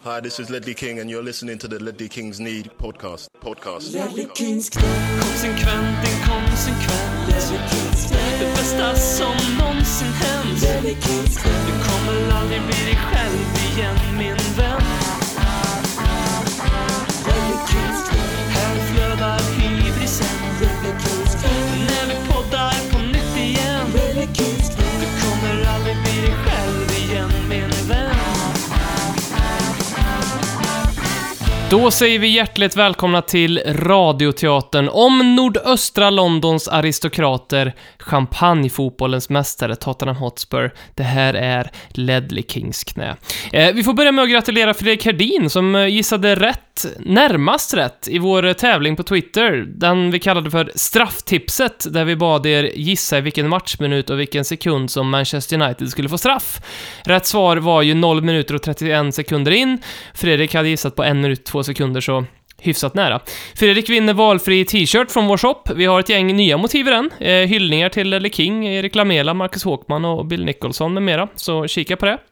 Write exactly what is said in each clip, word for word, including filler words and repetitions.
Hi, this is Ledley King and you're listening to the Ledley Kings Need podcast. Podcast. Ledley Kings knä. Konsekvent, inkonsekvent. Ledley Kings knä. Det bästa som någonsin hänt. Ledley Kings knä. Du kommer aldrig bli dig själv igen, min vän. Ledley Kings knä. Här flödar hybrisen. Ledley Kings knä. När vi poddar på nytt igen. Ledley Kings knä. Du kommer aldrig bli dig själv igen, min vän. Då säger vi hjärtligt välkomna till Radioteatern om nordöstra Londons aristokrater, champagnefotbollens mästare Tottenham Hotspur. Det här är Ledley Kings knä. Eh, vi får börja med att gratulera Fredrik Herdin som gissade rätt, närmast rätt, i vår tävling på Twitter. Den vi kallade för strafftipset, där vi bad er gissa i vilken matchminut och vilken sekund som Manchester United skulle få straff. Rätt svar var ju noll minuter och trettioen sekunder in. Fredrik hade gissat på en minut, två sekunder, så hyfsat nära. Fredrik vinner valfri t-shirt från vår shop. Vi har ett gäng nya motiv i den. Eh, hyllningar till Ledley King, Erik Lamela, Marcus Håkman och Bill Nicholson med mera. Så kika på det.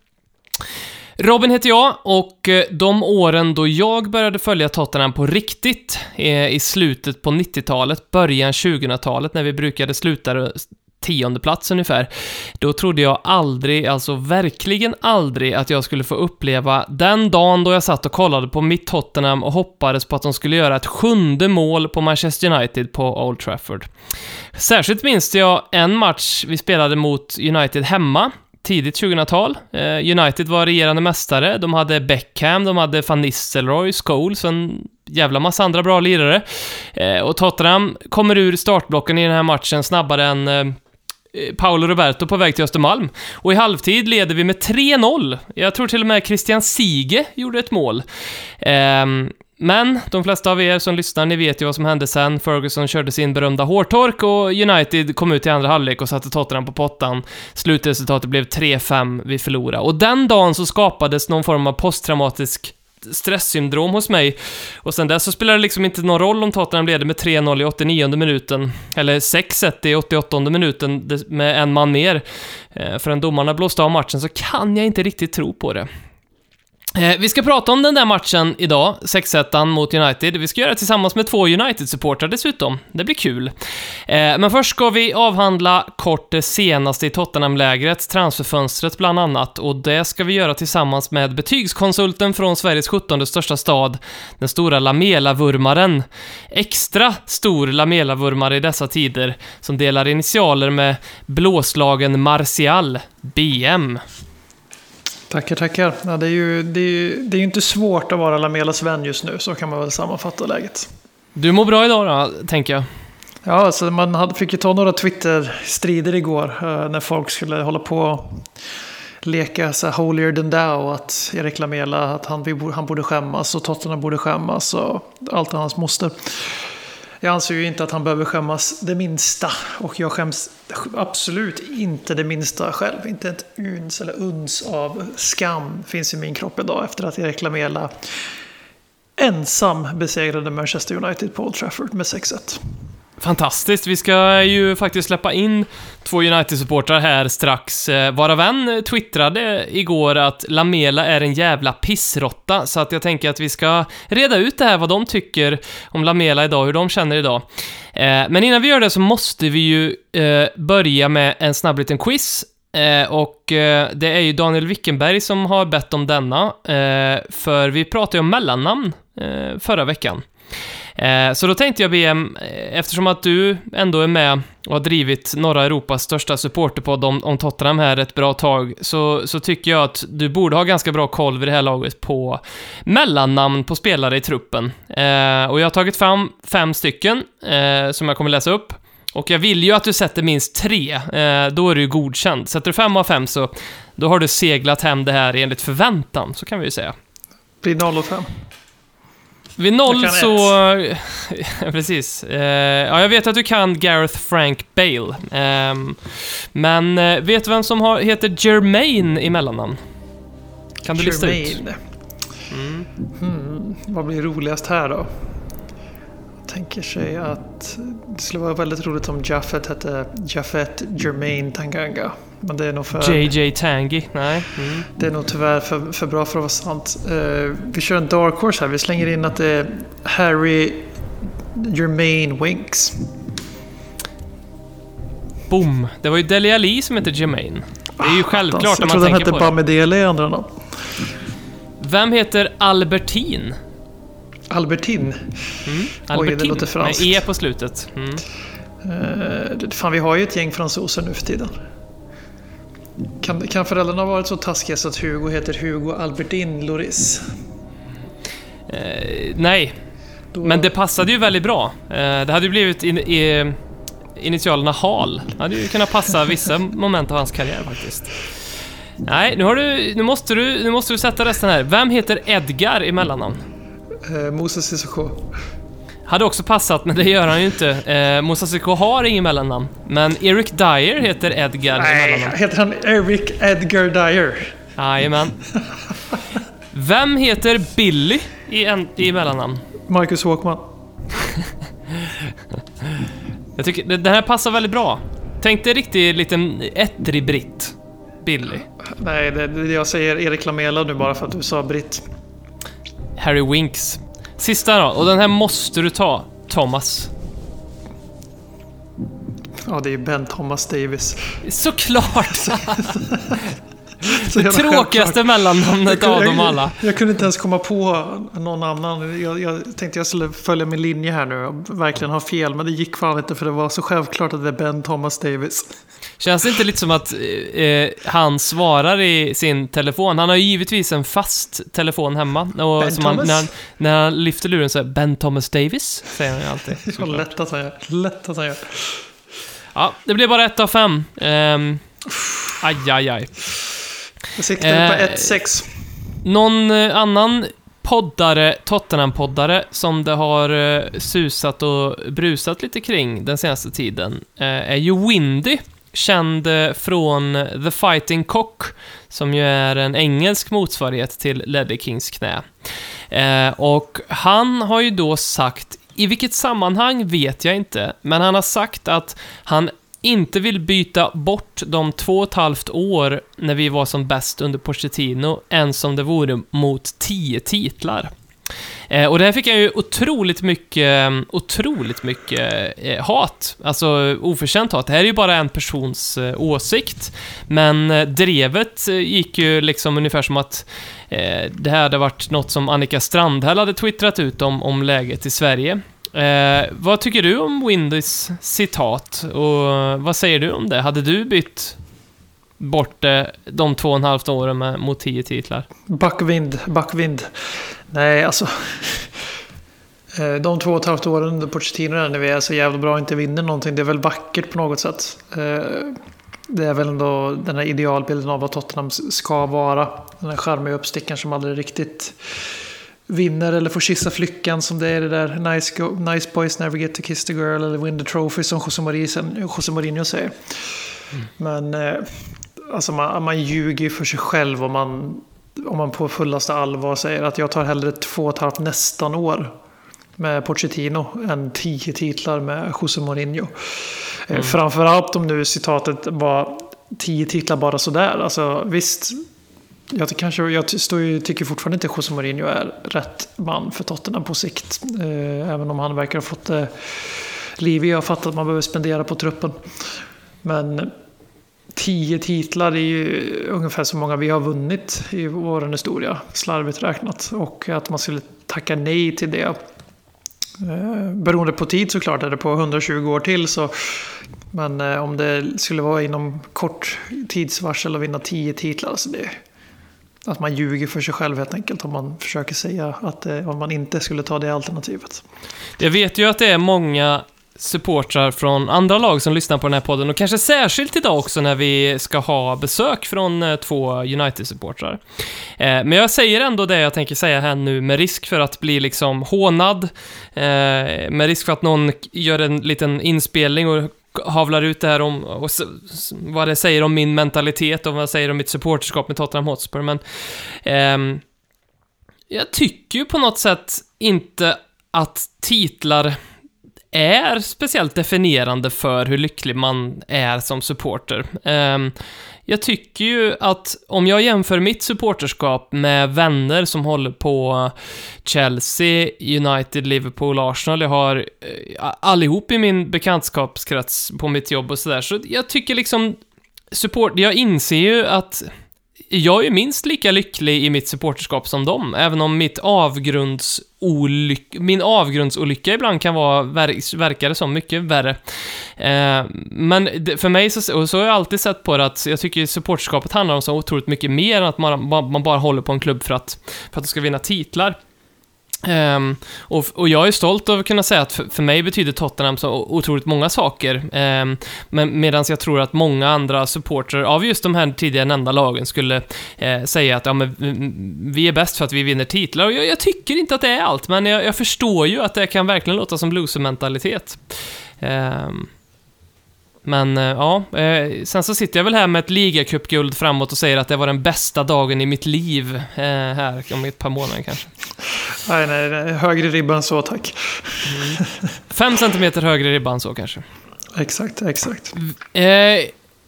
Robin heter jag och de åren då jag började följa Tottenham på riktigt eh, i slutet på nittiotalet, början tjugohundratalet, när vi brukade sluta tionde plats ungefär, då trodde jag aldrig, alltså verkligen aldrig, att jag skulle få uppleva den dagen då jag satt och kollade på mitt Tottenham och hoppades på att de skulle göra ett sjunde mål på Manchester United på Old Trafford. Särskilt minns jag en match vi spelade mot United hemma tidigt tjugohundratal. United var regerande mästare. De hade Beckham, de hade Van Nistelrooy, Scholes och en jävla massa andra bra lirare. Och Tottenham kommer ur startblocken i den här matchen snabbare än Paolo Roberto på väg till Östermalm. Och i halvtid leder vi med tre noll. Jag tror till och med Christian Sige gjorde ett mål. Ehm... Men de flesta av er som lyssnar, ni vet ju vad som hände sen. Ferguson körde sin berömda hårtork och United kom ut i andra halvlek och satte Tottenham på pottan. Slutresultatet blev tre fem, vi förlorade. Och den dagen så skapades någon form av posttraumatisk stresssyndrom hos mig. Och sen dess så spelar det liksom inte någon roll om Tottenham leder med tre noll i åttionionde minuten. Eller sex ett i åttioåttonde minuten med en man mer. För en domarna blåste av matchen så kan jag inte riktigt tro på det. Eh, vi ska prata om den där matchen idag, sex ett mot United. Vi ska göra det tillsammans med två United-supportrar dessutom. Det blir kul. Eh, men först ska vi avhandla kort det senaste i Tottenham-lägret, transferfönstret bland annat. Och det ska vi göra tillsammans med betygskonsulten från Sveriges sjuttonde största stad, den stora Lamela-vurmaren. Extra stor Lamela-vurmare i dessa tider, som delar initialer med blåslagen Martial, B M. Tackar, tackar. Ja, det är ju det är ju, det är ju inte svårt att vara Lamelas vän just nu, så kan man väl sammanfatta läget. Du mår bra idag då, tänker jag. Ja, alltså man hade, fick ju ta några Twitter-strider igår eh, när folk skulle hålla på och leka så här holier than thou, att Erik Lamela, att han, han borde skämmas och Tottenham borde skämmas och allt av hans moster. Jag anser ju inte att han behöver skämmas det minsta, och jag skäms absolut inte det minsta själv. Inte ett uns eller uns av skam finns i min kropp idag efter att Erik Lamela ensam besegrade Manchester United på Old Trafford med sex ett. Fantastiskt, vi ska ju faktiskt släppa in två United-supportrar här strax. Varav en twittrade igår att Lamela är en jävla pissrotta, så att jag tänker att vi ska reda ut det här, vad de tycker om Lamela idag, hur de känner idag. Men innan vi gör det så måste vi ju börja med en snabb liten quiz. Och det är ju Daniel Wickenberg som har bett om denna, för vi pratade ju om mellannamn förra veckan. Så då tänkte jag be, eftersom att du ändå är med och har drivit norra Europas största supporterpodd om, om Tottenham här ett bra tag, så, så tycker jag att du borde ha ganska bra koll vid det här laget på mellannamn på spelare i truppen. Eh, och jag har tagit fram fem stycken eh, som jag kommer läsa upp. Och jag vill ju att du sätter minst tre, eh, då är du ju godkänd. Sätter du fem av fem så då har du seglat hem det här enligt förväntan, så kan vi ju säga. Blir noll och fem. Vid noll så... Precis. Uh, ja, jag vet att du kan Gareth Frank Bale. Um, men uh, vet du vem som har, heter Jermaine i mellannamn? Kan du lista ut? Mm. Hmm, vad blir roligast här då? Jag tänker sig att det skulle vara väldigt roligt om Jaffet hette Jaffet Jermaine Tanganga. Men det är nog för... J J Tanguy, nej. Mm. Det är nog tyvärr för, för bra för att vara sant. Uh, vi kör en dark horse här. Vi slänger in att det är Harry Jermaine Winks. Boom. Det var ju Dele Alli som heter Jermaine. Det är ju självklart Jag när man trodde han tänker hette på det. Bamidele i andra namn. Vem heter Albertine? Albertine. Mm. Oj, Albertine, det låter franskt. med E på slutet. Mm. Uh, fan, vi har ju ett gäng fransoser nu för tiden. Kan, kan föräldrarna ha varit så taskiga så att Hugo heter Hugo Albertine Loris? Eh, nej, Då... men det passade ju väldigt bra. Eh, det hade ju blivit in, i, initialerna Hal. Det hade ju kunnat passa vissa moment av hans karriär faktiskt. Nej, nu, har du, nu, måste du, nu måste du sätta resten här. Vem heter Edgar i mellannamn? Uh, Moses Sissoko. Hade också passat, men det gör han ju inte. Eh, Moussa Sissoko har ingen mellannamn. Men Eric Dyer heter Edgar Nej, i mellannamn. heter han Eric Edgar Dyer? Jajamän. Vem heter Billy i, en, i mellannamn? Marcus Håkman. Jag tycker det, det här passar väldigt bra. Tänk dig riktigt liten ettrig britt. Billy. Nej, det, det jag säger Erik Lamela nu bara för att du sa britt. Harry Winks. Sista då, och den här måste du ta. Thomas. Ja, det är Ben Thomas Davis. Såklart! Så Det tråkigaste mellannamnet av dem alla. Jag, jag kunde inte ens komma på någon annan. Jag, jag tänkte jag skulle följa min linje här nu och verkligen ha fel, men det gick fan inte för det var så självklart att det är Ben Thomas Davis. Känns det inte lite som att eh, han svarar i sin telefon? Han har ju givetvis en fast telefon hemma. Och Ben som han, Thomas? när, han, när han lyfter luren så här, Ben Thomas Davis, säger han ju alltid. Det var lätt att han gör. Lätt att han gör. Ja, det blir bara ett av fem. Um, aj, aj, aj. Jag siktar på Eh, ett sex. Någon eh, annan poddare, Tottenham-poddare, som det har eh, susat och brusat lite kring den senaste tiden eh, är ju Windy, känd eh, från The Fighting Cock, som ju är en engelsk motsvarighet till Ledley Kings knä. Eh, och han har ju då sagt, i vilket sammanhang vet jag inte, men han har sagt att han inte vill byta bort de två och ett halvt år när vi var som bäst under Pochettino än som det vore mot tio titlar. Eh, och det här fick jag ju otroligt mycket otroligt mycket eh, hat, alltså oförtjänt hat. Det här är ju bara en persons eh, åsikt, men eh, drevet eh, gick ju liksom ungefär som att eh, det här hade varit något som Annika Strandhäll hade twittrat ut om, om läget i Sverige. Eh, vad tycker du om Windys citat? Och vad säger du om det? Hade du bytt bort eh, de två och en halvt åren med, mot tio titlar? Backvind, backvind. Nej, alltså. De två och ett halvt åren under Pochettino när vi är så jävla bra och inte vinner någonting, det är väl vackert på något sätt. Det är väl ändå den här idealbilden av vad Tottenham ska vara. Den här charmiga uppstickaren som aldrig riktigt vinner eller får kissa flyckan, som det är det där nice, go, nice boys never get to kiss the girl eller win the trophy som José Mourinho, José Mourinho säger. Mm. Men alltså man, man ljuger för sig själv om man, om man på fullaste allvar säger att jag tar hellre två och ett halvt nästan år med Pochettino än tio titlar med José Mourinho. Mm. Framförallt om nu citatet var tio titlar bara sådär. Alltså visst, jag, kanske, jag står ju, tycker fortfarande inte José Mourinho är rätt man för Tottenham på sikt. Eh, även om han verkar ha fått eh, liv i och fattat att man behöver spendera på truppen. Men tio titlar är ju ungefär så många vi har vunnit i vår historia, slarvigt räknat. Och att man skulle tacka nej till det, eh, beroende på tid såklart, är det på hundratjugo år till så. Men eh, om det skulle vara inom kort tidsvarsel och vinna tio titlar, så det, att man ljuger för sig själv helt enkelt om man försöker säga att eh, om man inte skulle ta det alternativet. Jag vet ju att det är många supportrar från andra lag som lyssnar på den här podden, och kanske särskilt idag också när vi ska ha besök från eh, två United-supportrar. Eh, men jag säger ändå det jag tänker säga här nu, med risk för att bli liksom hånad, eh, med risk för att någon gör en liten inspelning och havlar ut det här om och s- vad det säger om min mentalitet och vad det säger om mitt supporterskap med Tottenham Hotspur. Men ehm, jag tycker ju på något sätt inte att titlar är speciellt definierande för hur lycklig man är som supporter. Um, jag tycker ju att om jag jämför mitt supporterskap med vänner som håller på Chelsea, United, Liverpool, Arsenal, jag har uh, allihop i min bekantskapskrets på mitt jobb och sådär, så jag tycker liksom support, jag inser ju att jag är minst lika lycklig i mitt supporterskap som dem, även om mitt avgrundsolyck, min avgrundsolycka ibland kan vara, ver- verkar det som mycket värre. Eh, men det, för mig så, och så har jag alltid sett på det att jag tycker supporterskapet handlar om så otroligt mycket mer än att man, man bara håller på en klubb för att, för att de ska vinna titlar. Um, och, och jag är stolt över att kunna säga att för, för mig betyder Tottenham så otroligt många saker, um, men medan jag tror att många andra supporter av just de här tidigare nämnda lagen skulle uh, säga att ja, men vi är bäst för att vi vinner titlar, och jag, jag tycker inte att det är allt, men jag, jag förstår ju att det kan verkligen låta som loser-mentalitet. um, Men ja, eh, sen så sitter jag väl här med ett ligacupguld framåt och säger att det var den bästa dagen i mitt liv eh, här om ett par månader kanske. Nej, nej, nej, högre ribban så, tack. Mm. Fem centimeter högre ribban så kanske. Exakt, exakt. Eh,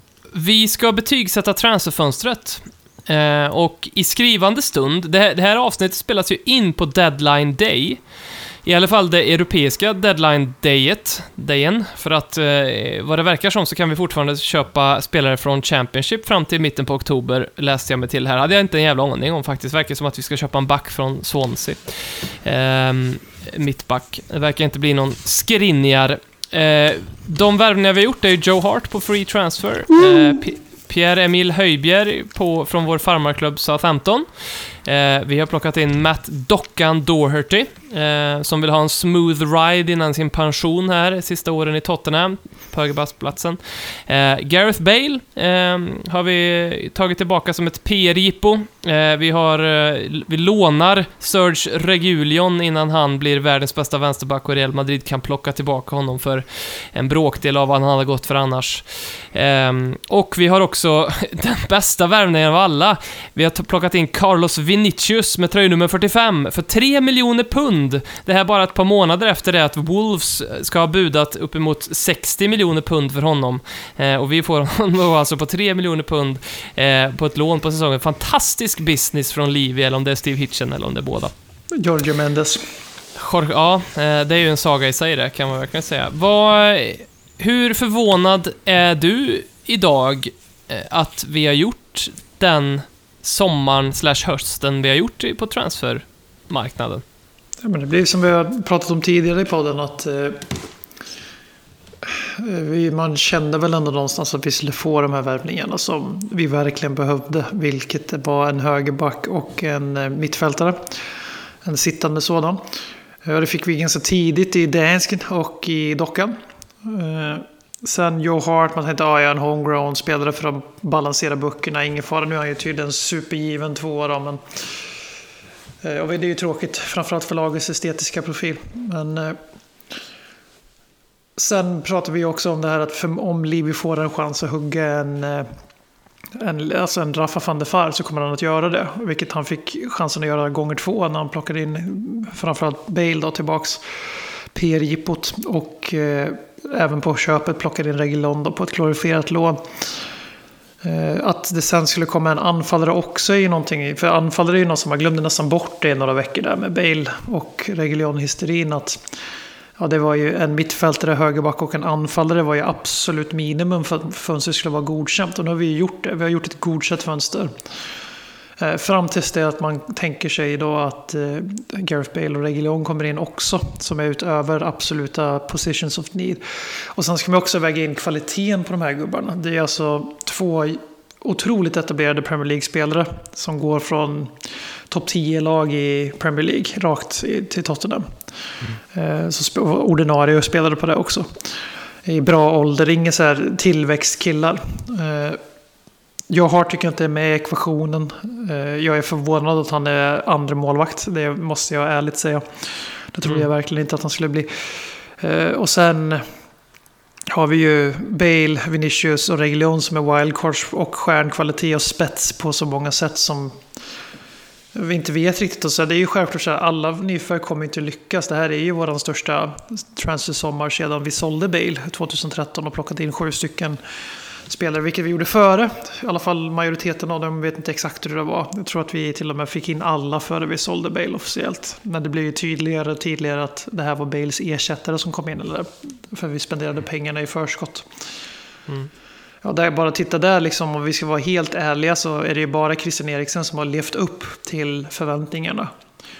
vi ska betygsätta transferfönstret. Eh, och i skrivande stund, det här, det här avsnittet spelas ju in på deadline day. I alla fall det europeiska deadline-dayet, dagen, för att eh, vad det verkar som så kan vi fortfarande köpa spelare från Championship fram till mitten på oktober, läste jag mig till här. Hade jag inte en jävla aning om faktiskt. Verkar som att vi ska köpa en back från Swansea. Eh, mittback. Det verkar inte bli någon skrinjar. Eh, de värvningar vi har gjort är ju Joe Hart på free transfer. Eh, P- Pierre-Emil Höjbjerg på, från vår farmarklubb Southampton. Eh, vi har plockat in Matt Dockan Doherty eh, som vill ha en smooth ride innan sin pension här sista åren i Tottenham på högerbacksplatsen. Eh, Gareth Bale eh, har vi tagit tillbaka som ett P R-jippo. Eh, vi, har, eh, vi lånar Serge Reguilon innan han blir världens bästa vänsterback och Real Madrid kan plocka tillbaka honom för en bråkdel av vad han hade gått för annars. Eh, och vi har också den bästa värvningen av alla. Vi har t- plockat in Carlos Vinicius med tröjnummer fyrtiofem för tre miljoner pund. Det här bara ett par månader efter det att Wolves ska ha budat uppemot sextio miljoner pund för honom. Eh, och vi får honom alltså på tre miljoner pund eh, på ett lån på säsongen. Fantastisk business från Livy, eller om det är Steve Hitchen eller om det är båda. Giorgio Mendes. Ja, eh, det är ju en saga i sig det, kan man verkligen säga. Vad, hur förvånad är du idag eh, att vi har gjort den sommaren slash hösten vi har gjort på transfermarknaden? Ja, men det blir som vi har pratat om tidigare i podden, att eh, vi, man kände väl ändå någonstans att vi skulle få de här värvningarna som vi verkligen behövde, vilket var en högerback och en eh, mittfältare, en sittande sådan. Eh, det fick vi ganska tidigt i Dansken och i Dockan. Eh, Sen Joe Hart, man tänkte att ah, jag är en homegrown spelare för att balansera böckerna, ingen fara. Nu är han ju tydligen supergiven två år, men eh, och det är ju tråkigt, framförallt för lagets estetiska profil. Men eh, sen pratar vi också om det här att för, om Livy får en chans att hugga en, en, alltså en Rafa van der Vaart, så kommer han att göra det, vilket han fick chansen att göra gånger två när han plockade in framförallt Bale då tillbaks P R-jippot, och eh, även på köpet plockade in Reguilon på ett glorifierat lån. Eh, att det sen skulle komma en anfallare också i någonting, för anfallare är ju någon som man glömde nästan bort det i några veckor där med Bale och Reguilon-hysterin, att ja, det var ju en mittfältare, högerback och en anfallare var ju absolut minimum för att fönstret skulle vara godkänt, och nu har vi ju gjort det, vi har gjort ett godkänt fönster. Eh, fram tills det att man tänker sig då att eh, Gareth Bale och Reguilon kommer in också, som är utöver absoluta positions of need. Och sen ska man också väga in kvaliteten på de här gubbarna. Det är alltså två otroligt etablerade Premier League-spelare som går från topp tio-lag i Premier League rakt i, till Tottenham. Mm. Eh, så sp- ordinarie spelare på det också. I bra ålder, inga så här tillväxtkillar. Eh, Jag har tycker inte med ekvationen. Jag är förvånad att han är andra målvakt. Det måste jag ärligt säga. Det trodde mm. jag verkligen inte att han skulle bli. Och sen har vi ju Bale, Vinicius och Reguilon som är wildcards och stjärnkvalitet och spets på så många sätt som vi inte vet riktigt. Och så det är ju självklart så här, alla nyförvärv kommer inte lyckas. Det här är ju vår största transfersommar sedan vi sålde Bale tjugohundratretton och plockade in sju stycken spelare, vilket vi gjorde före. I alla fall majoriteten av dem, vet inte exakt hur det var. Jag tror att vi till och med fick in alla före vi sålde Bale officiellt. Men det blev ju tydligare och tydligare att det här var Bales ersättare som kom in. Eller, för vi spenderade pengarna i förskott. Mm. Ja, där, bara titta där, liksom, om vi ska vara helt ärliga så är det ju bara Christian Eriksen som har levt upp till förväntningarna.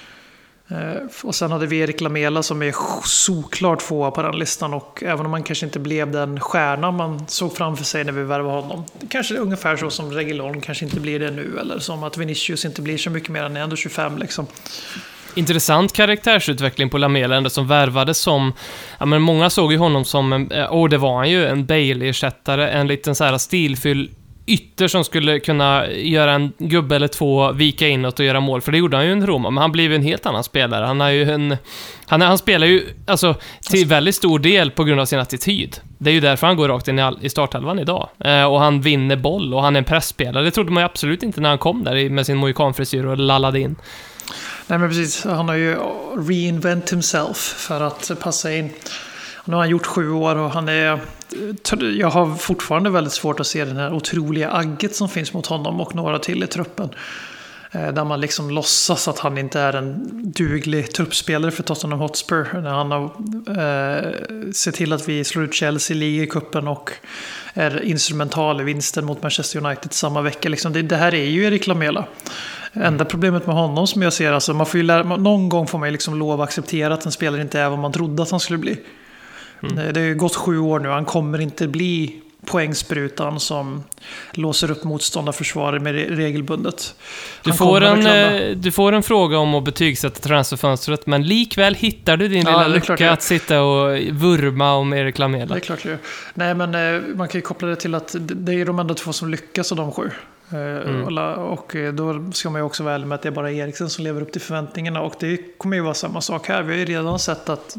Eh, och sen hade vi Erik Lamela som är såklart få på den listan, och även om man kanske inte blev den stjärna man såg framför sig när vi värvade honom. Det kanske är ungefär så som Reguilon kanske inte blir det nu, eller som att Vinicius inte blir så mycket mer än ändå tjugofem liksom. Intressant karaktärsutveckling på Lamela ändå, som värvades som, ja men många såg ju honom som en, och det var han ju, en Bale-ersättare, en liten så här stilfylld ytter som skulle kunna göra en gubbe eller två, vika inåt och göra mål, för det gjorde han ju en Roma, men han blev en helt annan spelare. Han är ju en han, han spelar ju alltså till väldigt stor del på grund av sin attityd. Det är ju därför han går rakt in i, all, i starthalvan idag. Eh, och han vinner boll och han är en pressspelare. Det trodde man ju absolut inte när han kom där med sin mohikanfrisyr och lallade in. Nej, men precis, han har ju reinvent himself för att passa in. Nu har han gjort sju år och han är... Jag har fortfarande väldigt svårt att se den här otroliga agget som finns mot honom och några till i truppen. Där man liksom låtsas att han inte är en duglig truppspelare för Tottenham Hotspur. När han har eh, sett till att vi slår ut Chelsea i ligacupen och är instrumental i vinsten mot Manchester United samma vecka. Liksom det, det här är ju Erik Lamela. Enda problemet med honom som jag ser, alltså man får ju lära, någon gång får man ju liksom lov att acceptera att en spelare inte är vad man trodde att han skulle bli. Mm. Det, det har ju gått sju år nu, han kommer inte bli poängsprutan som låser upp motståndarförsvaret med regelbundet. Du får, en, du får en fråga om att betygsätta transferfönstret, men likväl hittar du din ja, lilla lucka att sitta och vurma om Erik Lamela. Det är klart det. Nej, men man kan ju koppla det till att det är de enda två som lyckas av de sju. Mm. Och då ska man ju också vara ärlig med att det är bara Eriksen som lever upp till förväntningarna, och det kommer ju vara samma sak här. Vi har ju redan sett att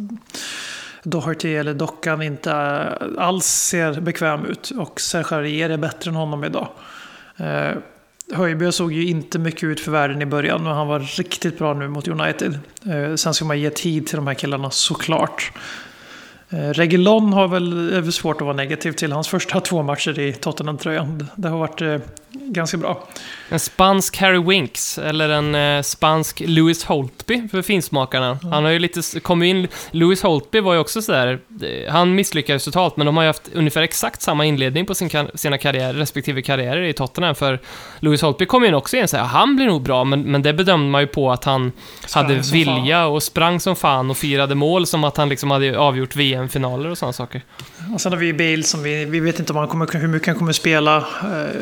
Doherty eller Dockan inte alls ser bekväm ut, och Serge Aurier är bättre än honom idag. Eh, Højbjerg såg ju inte mycket ut för världen i början, och han var riktigt bra nu mot United. Eh, sen ska man ge tid till de här killarna såklart. Eh, Reguilon har väl, är väl svårt att vara negativ till. Hans första två matcher i Tottenham-tröjan, det har varit eh, ganska bra. En spansk Harry Winks eller en eh, spansk Lewis Holtby för finsmakarna. Mm. Han har ju lite kommit in. Lewis Holtby var ju också så där, han misslyckades totalt, men de har ju haft ungefär exakt samma inledning på sin, sina karriär, respektive karriärer i Tottenham. För Lewis Holtby kom in också igen så här, han blir nog bra, men, men det bedömde man ju på att han sprang hade vilja fan. och sprang som fan och firade mål som att han liksom hade avgjort V M-finaler och sådana saker. Och sen har vi Bale som vi, vi vet inte om han kommer, hur mycket han kommer spela, eh,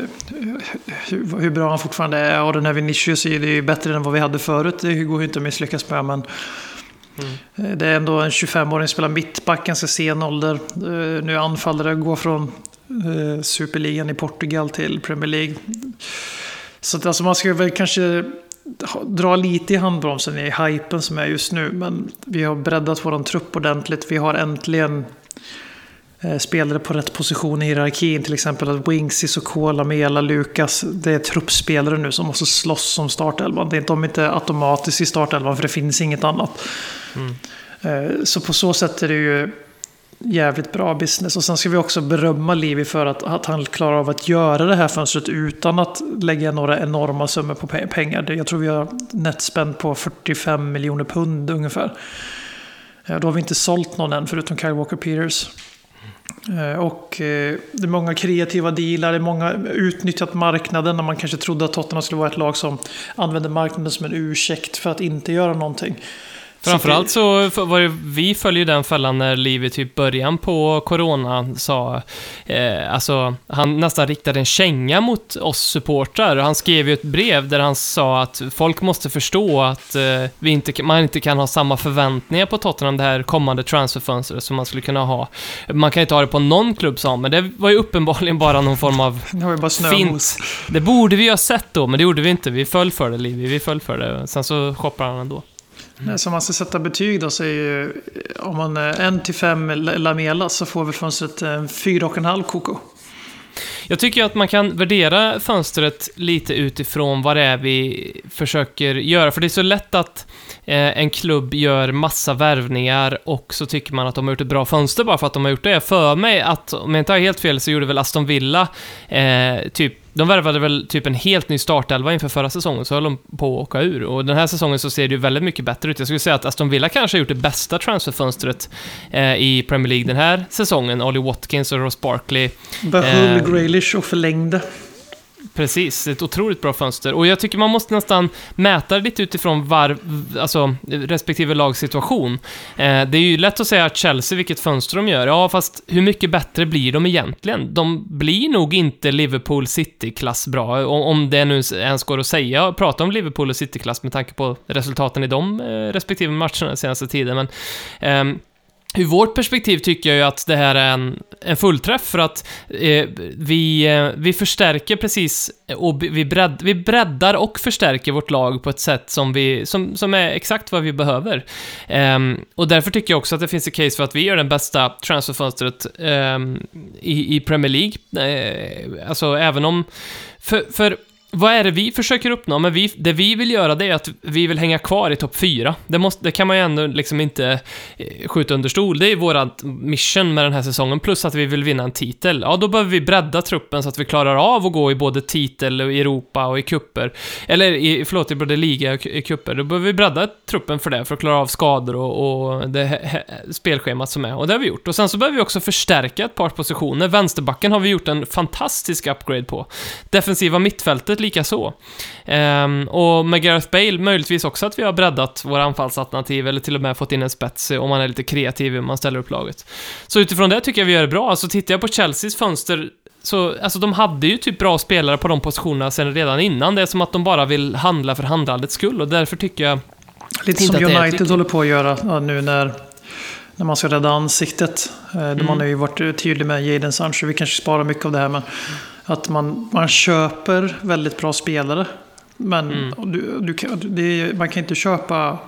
hur, hur bra han fortfarande är, och den här Vinicius är ju bättre än vad vi hade förut. Det går ju inte att misslyckas med, men mm. det är ändå en tjugofem-åring spelar mittback, ganska sen ålder. Nu anfallare går från Superligan i Portugal till Premier League. Så att, alltså, man ska väl kanske dra lite i handbromsen i hypen som är just nu, men vi har breddat våran trupp ordentligt. Vi har äntligen spelare på rätt position i hierarkin, till exempel att Winks, Sissoko, Lamela, Lucas, det är truppspelare nu som måste slåss som startelvan. Det är inte, de är inte automatiskt i startelvan, för det finns inget annat. Mm. Så på så sätt är det ju jävligt bra business. Och sen ska vi också berömma Livi för att, att han klarar av att göra det här fönstret utan att lägga några enorma summor på pengar. Jag tror vi har netspend på fyrtiofem miljoner pund ungefär. Då har vi inte sålt någon än förutom Kyle Walker-Peters. Och det är många kreativa dealar, det är många utnyttjat marknaden när man kanske trodde att Tottenham skulle vara ett lag som använde marknaden som en ursäkt för att inte göra någonting. Framförallt så var det, vi följer den fällan när Livi typ början på corona sa, eh, alltså han nästan riktade en känga mot oss supportrar. Han skrev ju ett brev där han sa att folk måste förstå att eh, vi inte, man inte kan ha samma förväntningar på Tottenham det här kommande transferfönstret som man skulle kunna ha. Man kan inte ha det på någon klubb, sa, men det var ju uppenbarligen bara någon form av fint. Det borde vi ha sett då, men det gjorde vi inte. Vi föll för det, Livi, vi föll för det. Sen så shoppar han ändå. Mm. Så man ska sätta betyg då, så är ju, om man är en till fem Lamela så får vi fönstret en fyra och en halv Koko. Jag tycker att man kan värdera fönstret lite utifrån vad det är vi försöker göra. För det är så lätt att eh, en klubb gör massa värvningar och så tycker man att de har gjort ett bra fönster bara för att de har gjort det. För mig att, om jag inte har helt fel, så gjorde väl Aston Villa eh, typ de värvade väl typ en helt ny startelva inför förra säsongen, så höll de på att åka ur. Och den här säsongen så ser det ju väldigt mycket bättre ut. Jag skulle säga att Aston Villa kanske har gjort det bästa transferfönstret eh, i Premier League den här säsongen. Ollie Watkins och Ross Barkley. Behöll eh, Grealish och förlängde. Precis, ett otroligt bra fönster. Och jag tycker man måste nästan mäta lite utifrån var, alltså, respektive lagsituation. Eh, det är ju lätt att säga att Chelsea, vilket fönster de gör. Ja, fast hur mycket bättre blir de egentligen? De blir nog inte Liverpool City-klass bra. Om, om det nu ens går att säga. Prata om Liverpool och City-klass med tanke på resultaten i de eh, respektive matcherna den senaste tiden. Men... Ehm, ur vårt perspektiv tycker jag ju att det här är en, en fullträff för att eh, vi, eh, vi förstärker precis och vi, bredd, vi breddar och förstärker vårt lag på ett sätt som, vi, som, som är exakt vad vi behöver. Eh, och därför tycker jag också att det finns ett case för att vi gör den bästa transferfönstret eh, i, i Premier League. Eh, alltså även om... För... för vad är det vi försöker uppnå? Men vi, det vi vill göra det är att vi vill hänga kvar i topp fyra. Det, måste, det kan man ju ändå liksom inte skjuta under stol. Det är vårat mission med den här säsongen. Plus att vi vill vinna en titel. Ja, då behöver vi bredda truppen så att vi klarar av att gå i både titel och i Europa och i kupper. Eller i, förlåt, i både liga och i kupper. Då behöver vi bredda truppen för det. För att klara av skador och, och det he, spelschemat som är. Och det har vi gjort. Och sen så behöver vi också förstärka ett par positioner. Vänsterbacken har vi gjort en fantastisk upgrade på. Defensiva mittfältet lika så. Um, och med Gareth Bale möjligtvis också att vi har breddat våra anfallsalternativ eller till och med fått in en spets om man är lite kreativ hur man ställer upp laget. Så utifrån det tycker jag vi gör det bra. Alltså tittar jag på Chelseas fönster så alltså de hade ju typ bra spelare på de positionerna sen redan innan. Det är som att de bara vill handla för handlandets skull och därför tycker jag lite som United håller på att göra ja, nu när när man ska rädda ansiktet. Mm. Man har ju varit tydlig med Jadon Sancho. Vi kanske sparar mycket av det här men att man, man köper väldigt bra spelare. Men mm. du, du kan, det, man kan inte köpa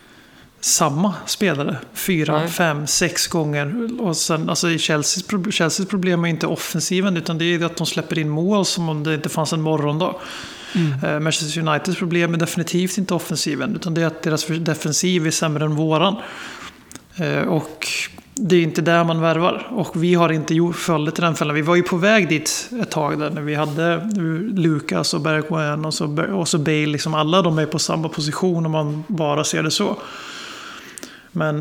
samma spelare fyra, Nej. fem, sex gånger. Och sen, alltså Chelseas, Chelseas problem är inte offensiven utan det är att de släpper in mål som om det inte fanns en morgondag. Mm. Uh, Manchester Uniteds problem är definitivt inte offensiven utan det är att deras defensiv är sämre än våran. Uh, och det är inte där man värvar. Och vi har inte gjort följt till den fällan. Vi var ju på väg dit ett tag där när vi hade Lucas och Bergwijn och så, och så Bale. Liksom alla de är på samma position om man bara ser det så. Men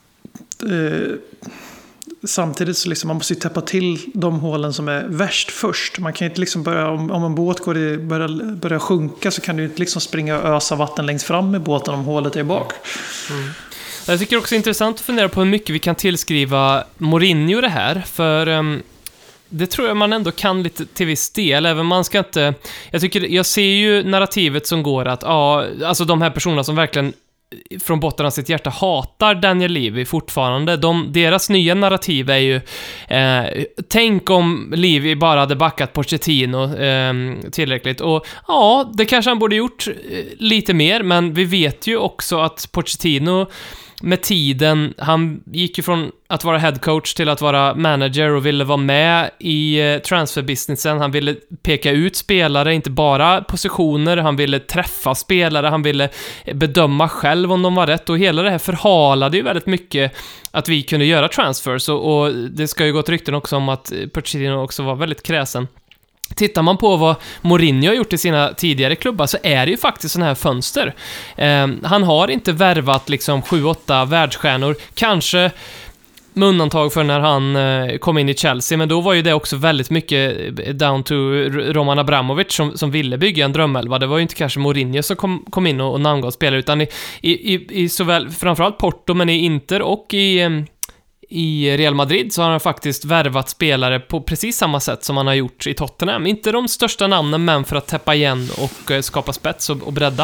eh, samtidigt så liksom man måste ju täppa till de hålen som är värst först. Man kan inte liksom börja, om, om en båt går i, börjar, börjar sjunka så kan du inte liksom springa och ösa vatten längst fram med båten om hålet är bak. Mm. Jag tycker också det är intressant att fundera på hur mycket vi kan tillskriva Mourinho det här. För um, det tror jag man ändå kan lite till viss del. Även man ska inte... Jag tycker, jag ser ju narrativet som går att... Ja, alltså de här personerna som verkligen från botten av sitt hjärta hatar Daniel Levy fortfarande. De, deras nya narrativ är ju eh, tänk om Levy bara hade backat Pochettino eh, tillräckligt. Och ja, det kanske han borde gjort eh, lite mer, men vi vet ju också att Pochettino med tiden, han gick ju från att vara headcoach till att vara manager och ville vara med i eh, transferbusinessen. Han ville peka ut spelare, inte bara positioner. Han ville träffa spelare, han ville bedöma själv om de var rätt. Och hela det här förhalade ju väldigt mycket att vi kunde göra transfers. Och, och det ska ju gå ett rykten också om att Pochettino också var väldigt kräsen. Tittar man på vad Mourinho har gjort i sina tidigare klubbar så är det ju faktiskt sån här fönster. Eh, han har inte värvat liksom sju åtta världsstjärnor. Kanske med undantag för när han eh, kom in i Chelsea. Men då var ju det också väldigt mycket down to Roman Abramovich som, som ville bygga en drömelva. Det var ju inte kanske Mourinho som kom, kom in och, och namngav spelare. Utan i, i, i såväl framförallt Porto men i Inter och i... Eh, I Real Madrid så har han faktiskt värvat spelare på precis samma sätt som han har gjort i Tottenham. Inte de största namnen, men för att täppa igen och skapa spets och, och bredda.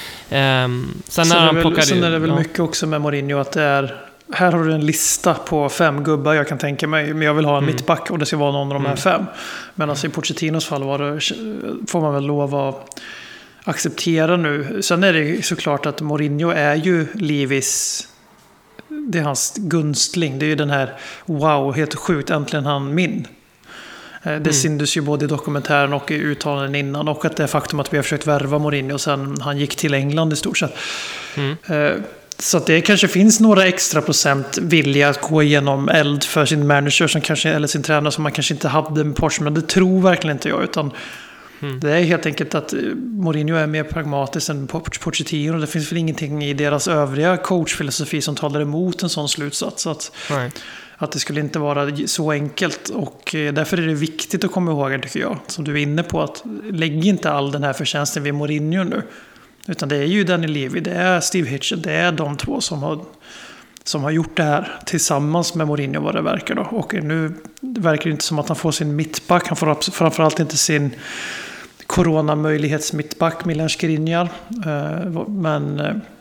Um, sen, sen, när han är väl, sen är det väl ja. mycket också med Mourinho att det är... Här har du en lista på fem gubbar jag kan tänka mig. Men jag vill ha en mm. mittback och det ska vara någon av de här mm. fem. Men alltså i Pochettinos fall var det, får man väl lov att acceptera nu. Sen är det såklart att Mourinho är ju Levis... Det är hans gunstling. Det är ju den här wow, helt sjukt, äntligen han min. Det Mm. syntes ju både i dokumentären och i uttalanden innan, och att det faktum att vi har försökt värva Mourinho och sen han gick till England i stort sett. Mm. Eh, Så att det kanske finns några extra procent vilja att gå igenom eld för sin manager som kanske, eller sin tränare som man kanske inte hade med Porsche, men det tror verkligen inte jag, utan mm. det är helt enkelt att Mourinho är mer pragmatisk än Pochettino, och det finns väl ingenting i deras övriga coachfilosofi som talar emot en sån slutsats. Så att, Nej. att det skulle inte vara så enkelt, och därför är det viktigt att komma ihåg, tycker jag, som du är inne på, att lägg inte all den här förtjänsten vid Mourinho nu. Utan det är ju Daniel Levy, det är Steve Hitchen, det är de två som har, som har gjort det här tillsammans med Mourinho, vad det verkar då. Och nu verkar det inte som att han får sin mittback. Han får framförallt inte sin coronamöjlighets-mittback, Milan Skriniar. Men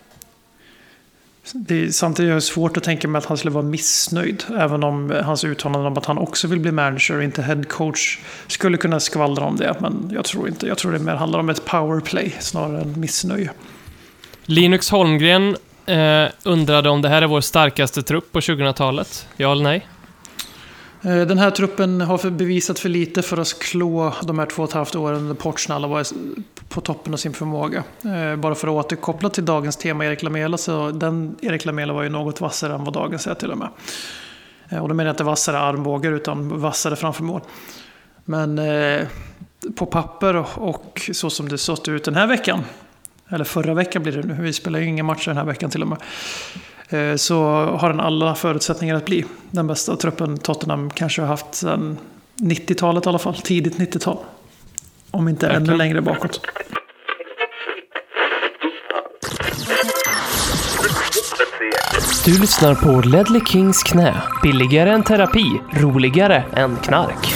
det är, samtidigt är det svårt att tänka mig att han skulle vara missnöjd, även om hans uttalande om att han också vill bli manager och inte headcoach skulle kunna skvallra om det. Men jag tror inte. Jag tror det mer handlar om ett powerplay snarare än missnöje. Linux Holmgren eh, undrade om det här är vår starkaste trupp på tjugohundratalet. Ja eller nej? Den här truppen har för bevisat för lite för att klå de här två och ett halvt åren när Portsnalla var på toppen av sin förmåga. Bara för att återkoppla till dagens tema Erik Lamela, så den Erik Lamela var ju något vassare än vad dagens är till och med. Och då menar jag inte vassare armbågar utan vassare framför mål. Men eh, på papper och, och så som det såg ut den här veckan, eller förra veckan blir det nu, vi spelar ju inga matcher den här veckan till och med, så har den alla förutsättningar att bli den bästa truppen Tottenham kanske har haft sedan nittiotalet i alla fall, tidigt nittiotal. Om inte Verkligen. ännu längre bakåt. Du lyssnar på Ledley Kings knä. Billigare än terapi, roligare än knark.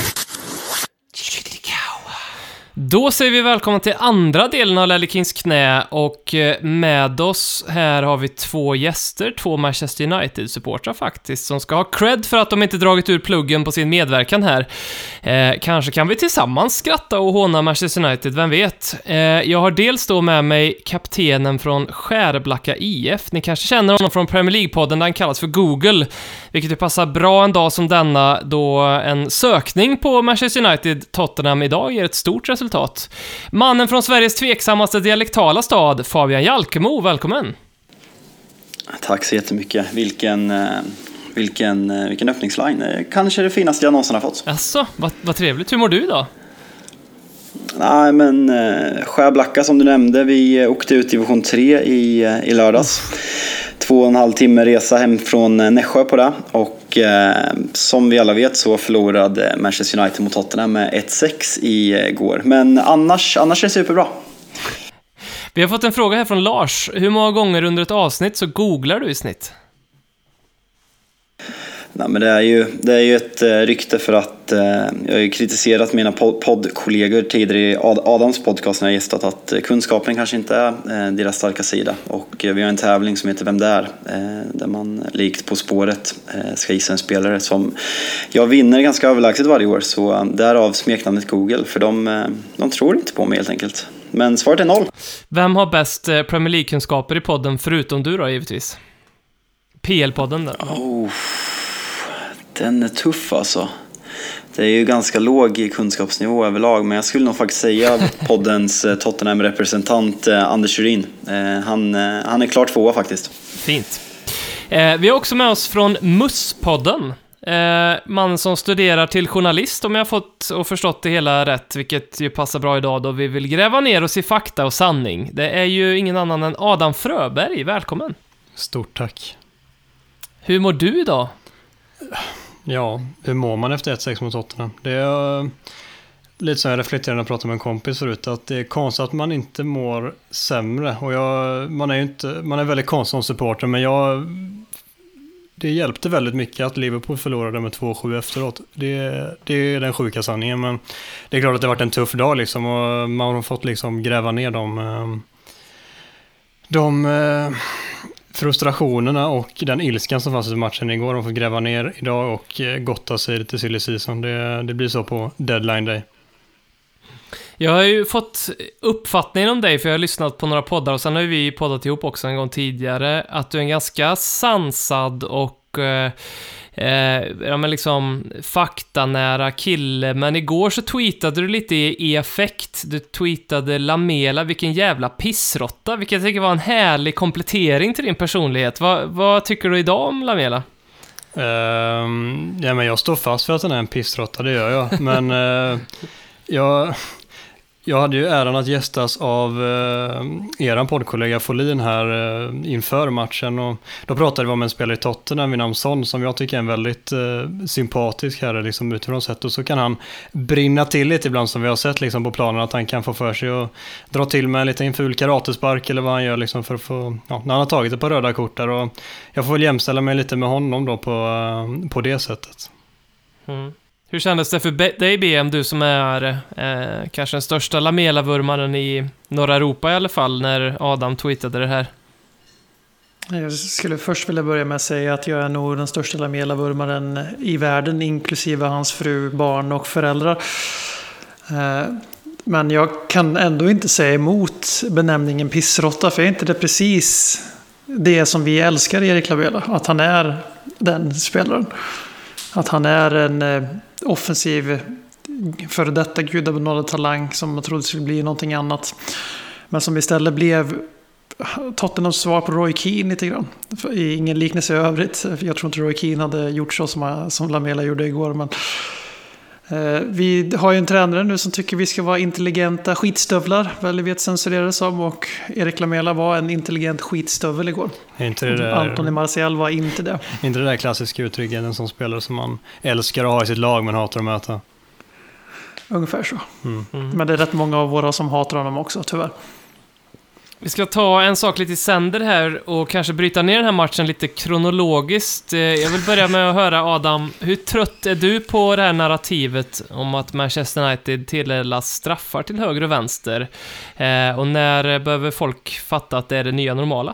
Då säger vi välkomna till andra delen av Ledley Kings knä, och med oss här har vi två gäster, två Manchester United-supportrar faktiskt, som ska ha cred för att de inte dragit ur pluggen på sin medverkan här. Eh, kanske kan vi tillsammans skratta och håna Manchester United, vem vet? Eh, jag har dels då med mig kaptenen från Skärblacka I F. Ni kanske känner honom från Premier League-podden där han kallas för Google, vilket ju passar bra en dag som denna, då en sökning på Manchester United Tottenham idag ger ett stort resultat. Mannen från Sveriges tveksammaste dialektala stad, Fabian Jalkemo, välkommen. Tack så jättemycket. Vilken, vilken, vilken öppningsline. Kanske det finaste jag någonsin har fått. Asså, vad, vad trevligt. Hur mår du idag? Nej, men Skärblacka som du nämnde, vi åkte ut i division tre i, i lördags. Två och en halv timme resa hem från Nässjö på det. Och eh, som vi alla vet så förlorade Manchester United mot Tottenham med ett sex igår. Men annars, annars är det superbra. Vi har fått en fråga här från Lars. Hur många gånger under ett avsnitt så googlar du i snitt? Nej, men det är ju, det är ju ett eh, rykte för att eh, jag har ju kritiserat mina pod- poddkollegor tidigare i Ad- Adams podcast när jag gästat att eh, kunskapen kanske inte är eh, deras starka sida. Och eh, vi har en tävling som heter Vem där? Eh, där man likt På spåret eh, ska gissa en spelare som jag vinner ganska överlägset varje år. Så eh, därav smeknamnet Google, för de, eh, de tror inte på mig helt enkelt. Men svaret är noll. Vem har bäst eh, Premier League-kunskaper i podden förutom du då, givetvis? P L-podden där. Oh. Den är tuff alltså. Det är ju ganska låg kunskapsnivå överlag, men jag skulle nog faktiskt säga poddens Tottenham-representant Anders Sjurin. Han, han är klart tvåa faktiskt. Fint. Eh, vi har också med oss från Musspodden. Eh, man som studerar till journalist, om jag har fått och förstått det hela rätt, vilket ju passar bra idag då vi vill gräva ner oss i fakta och sanning. Det är ju ingen annan än Adam Fröberg. Välkommen. Stort tack. Hur mår du idag? Ja, hur mår man efter ett sex mot Tottenham? Det är uh, lite som jag reflekterade när jag pratade med en kompis förut, att det är konstigt att man inte mår sämre. Och jag, man är ju inte, man är väldigt konstig som supporter, men jag, det hjälpte väldigt mycket att Liverpool förlorade med två sju efteråt. Det, det är den sjuka sanningen, men det är klart att det har varit en tuff dag liksom, och man har fått liksom gräva ner dem. Uh, de... Uh, frustrationerna och den ilskan som fanns i matchen igår, de får gräva ner idag och gotta sig lite silly season. Det, det blir så på deadline day. Jag har ju fått uppfattningen om dig, för jag har lyssnat på några poddar och sen har vi poddat ihop också en gång tidigare, att du är en ganska sansad och och eh, eh, ja, men liksom faktanära kille. Men igår så tweetade du lite i, i affekt. Du tweetade Lamela, vilken jävla pissrotta, vilket jag tycker var en härlig komplettering till din personlighet. Va, vad tycker du idag om Lamela? Um, ja, men jag står fast för att den är en pissrotta, det gör jag. Men uh, jag, jag hade ju äran att gästas av uh, eran poddkollega Folin här uh, inför matchen. Och då pratade vi om en spelare i Tottenham vid namn Son, som jag tycker är en väldigt uh, sympatisk här liksom, utifrån sätt. Och så kan han brinna till lite ibland, som vi har sett liksom, på planen, att han kan få för sig och dra till med en liten ful karatespark eller vad han gör liksom, för att få, ja, när han har tagit ett par röda kort där. Och jag får väl jämställa mig lite med honom då på, uh, på det sättet. Mm. Hur kändes det för dig, B M, du som är eh, kanske den största Lamela-vurmaren i norra Europa i alla fall, när Adam tweetade det här? Jag skulle först vilja börja med att säga att jag är nog den största Lamela-vurmaren i världen, inklusive hans fru, barn och föräldrar. Men jag kan ändå inte säga emot benämningen pissrotta, för är inte det precis det som vi älskar i Erik Lamela? Att han är den spelaren. Att han är en offensiv, före detta gudabenådad talang som man trodde skulle bli någonting annat. Men som istället blev Tottenhams svar på Roy Keane lite grann. Ingen liknelse i övrigt. Jag tror inte Roy Keane hade gjort så som, som Lamela gjorde igår. Men, eh, vi har ju en tränare nu som tycker vi ska vara intelligenta skitstövlar. Väl vet censurerade som. Och Erik Lamela var en intelligent skitstövel igår. Inte det där, Anthony Martial var inte det. Inte det där klassiska uttrycket, en som spelare som man älskar att ha i sitt lag men hatar att möta. Ungefär så. Mm. Mm. Men det är rätt många av våra som hatar honom också, tyvärr. Vi ska ta en sak lite i sänder här och kanske bryta ner den här matchen lite kronologiskt. Jag vill börja med att höra, Adam, hur trött är du på det här narrativet om att Manchester United tilldelas straffar till höger och vänster? Och när behöver folk fatta att det är det nya normala?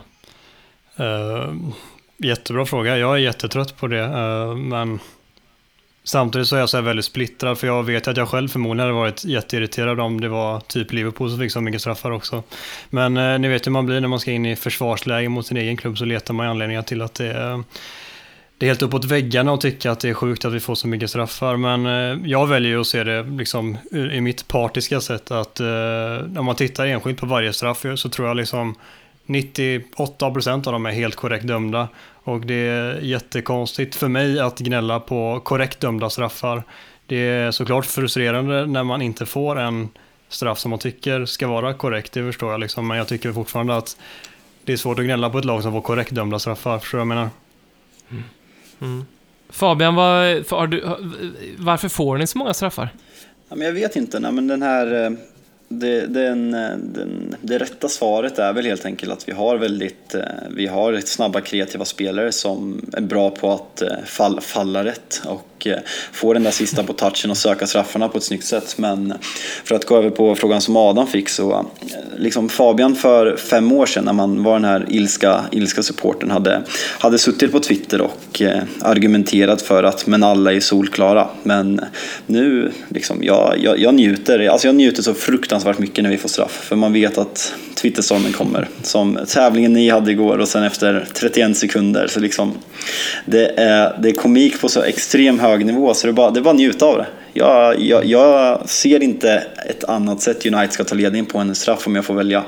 Uh, jättebra fråga. Jag är jättetrött på det, uh, men samtidigt så är jag så här väldigt splittrad, för jag vet att jag själv förmodligen hade varit jätteirriterad om det var typ Liverpool som fick så mycket straffar också. Men eh, ni vet hur man blir när man ska in i försvarsläge mot sin egen klubb, så letar man anledningar till att det är, det är helt uppåt väggarna och tycka att det är sjukt att vi får så mycket straffar. Men eh, jag väljer att se det liksom i mitt partiska sätt, att eh, när man tittar enskilt på varje straff så tror jag liksom nittioåtta procent av dem är helt korrekt dömda. Och det är jättekonstigt för mig att gnälla på korrekt dömda straffar. Det är såklart frustrerande när man inte får en straff som man tycker ska vara korrekt, det förstår jag liksom. Men jag tycker fortfarande att det är svårt att gnälla på ett lag som får korrekt dömda straffar, förstår jag menar. Mm. Mm. Fabian, var, för, du, varför får ni så många straffar? Ja, men jag vet inte, nej, men den här... Det, den, den, det rätta svaret är väl helt enkelt att vi har väldigt vi har snabba kreativa spelare som är bra på att fall, falla rätt och få den där sista på touchen och söka straffarna på ett snyggt sätt. Men för att gå över på frågan som Adam fick, så liksom Fabian för fem år sedan när man var den här ilska, ilska supporten hade, hade suttit på Twitter och argumenterat för att men alla är solklara. Men nu liksom jag, jag, jag njuter alltså jag njuter så fruktansvärt mycket när vi får straff, för man vet att Twitterstormen kommer, som tävlingen ni hade igår, och sen efter trettioen sekunder så liksom det är, det är komik på så extrem hög nivå, så det är bara, det är bara njuta av det. Jag, jag, jag ser inte ett annat sätt United ska ta ledning på en straff om jag får välja.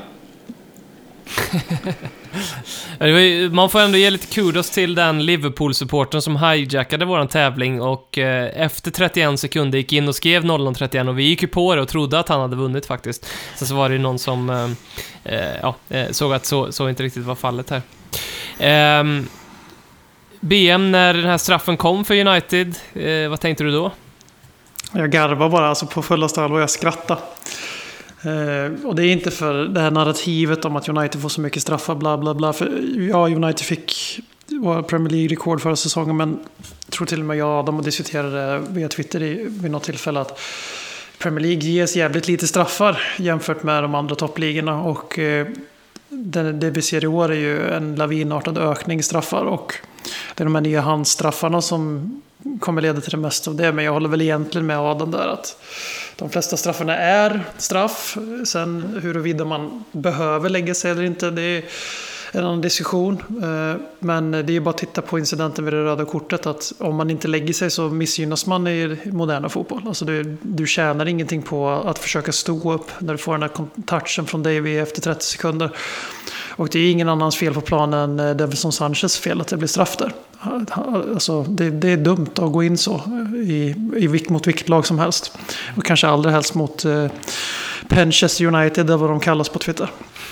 Man får ändå ge lite kudos till den Liverpool-supporten som hijackade våran tävling och eh, efter trettioen sekunder gick in och skrev noll noll trettioen, och vi gick ju på det och trodde att han hade vunnit faktiskt. Sen så var det ju någon som eh, eh, ja, såg att så, så inte riktigt var fallet här. Eh, B M, när den här straffen kom för United, eh, vad tänkte du då? Jag garvar bara alltså på fullaste allvar, jag skrattar. Uh, och det är inte för det här narrativet om att United får så mycket straffar bla bla bla, för ja, United fick var Premier League-rekord förra säsongen, men jag tror till och med jag och Adam diskuterade via Twitter i, vid något tillfälle att Premier League ges jävligt lite straffar jämfört med de andra toppligorna, och uh, det, det vi ser i år är ju en lavinartad ökning i straffar, och det är de här nya handstraffarna som kommer leda till det mesta av det. Men jag håller väl egentligen med Adam där att de flesta straffarna är straff. Sen huruvida man behöver lägga sig eller inte, det är, en annan diskussion. Men det är ju bara att titta på incidenten vid det röda kortet, att om man inte lägger sig så missgynnas man i moderna fotboll. Alltså du, du tjänar ingenting på att försöka stå upp när du får den här touchen från Davy efter trettio sekunder. Och det är ingen annans fel på planen än Davinson Sanchez fel att det blir straff där. Alltså, det, det är dumt att gå in så i, i vikt mot vilket lag som helst. Och kanske aldrig helst mot eh, Manchester United, det vad de kallas på Twitter.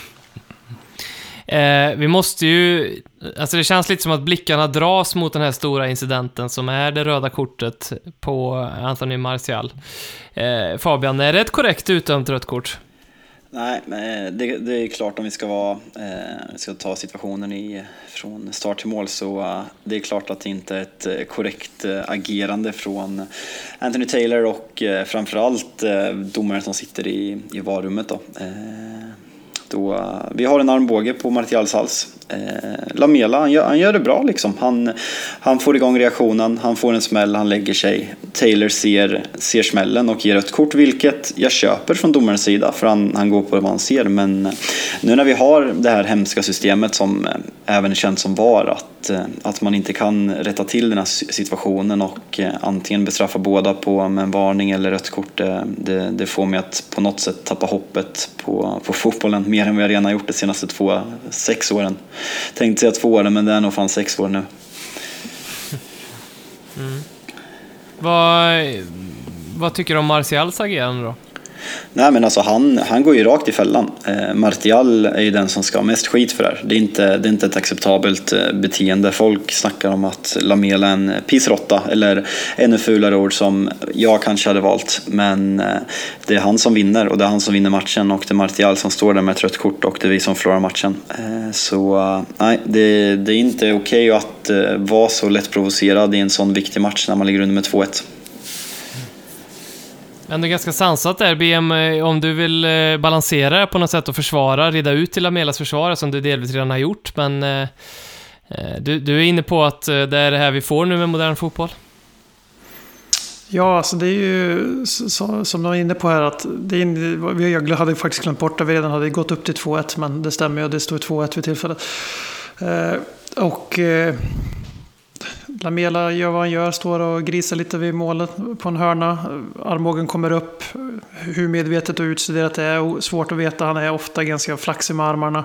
Eh, vi måste ju... Alltså det känns lite som att blickarna dras mot den här stora incidenten som är det röda kortet på Anthony Martial. Eh, Fabian, är det ett korrekt utdömt rött kort? Nej, men det, det är klart om vi ska vara, eh, ska ta situationen i, från start till mål, så uh, det är klart att det inte är ett uh, korrekt uh, agerande från Anthony Taylor och uh, framförallt uh, domaren som sitter i, i varummet då. Uh, då uh, vi har en armbåge på Martials hals. Eh, Lamela, han gör, han gör det bra liksom. Han, han får igång reaktionen, han får en smäll, han lägger sig. Taylor ser, ser smällen och ger ett kort, vilket jag köper från domarens sida, för han, han går på vad han ser. Men nu när vi har det här hemska systemet som även är känt som V A R, att, att man inte kan rätta till den här situationen och antingen bestraffa båda på med en varning eller rött kort, det, det får mig att på något sätt tappa hoppet på, på fotbollen mer än vad jag redan har gjort de senaste två, sex åren. Tänkte säga två år, men det är nog fan sex år nu. Mm. Vad, vad tycker du om Martials agerande då? Nej, men alltså han, han går ju rakt i fällan. Eh, Martial är ju den som ska ha mest skit för det här. Det är inte, det är inte ett acceptabelt eh, beteende. Folk snackar om att Lamela är en pissrotta, eller ännu fulare ord som jag kanske hade valt. Men eh, det är han som vinner, och det är han som vinner matchen, och det är Martial som står där med ett rött kort, och det är vi som förlorar matchen. Eh, så eh, nej, det, det är inte okej att eh, vara så lätt provocerad i en sån viktig match när man ligger under med två ett. Men det är ganska sansat där, B M, om du vill eh, balansera på något sätt och försvara, rida ut till Lamelas försvar som du delvis redan har gjort, men eh, du, du är inne på att eh, det är det här vi får nu med modern fotboll. Ja, alltså det är ju så, som du var inne på här, att det är, jag hade faktiskt glömt bort att vi redan hade gått upp till två ett, men det stämmer ju, det stod två ett vid tillfället. Eh, och eh, Lamela gör vad han gör, står och grisar lite vid målet på en hörna. Armbågen kommer upp. Hur medvetet och utstuderat det är svårt att veta. Han är ofta ganska flaxig med armarna.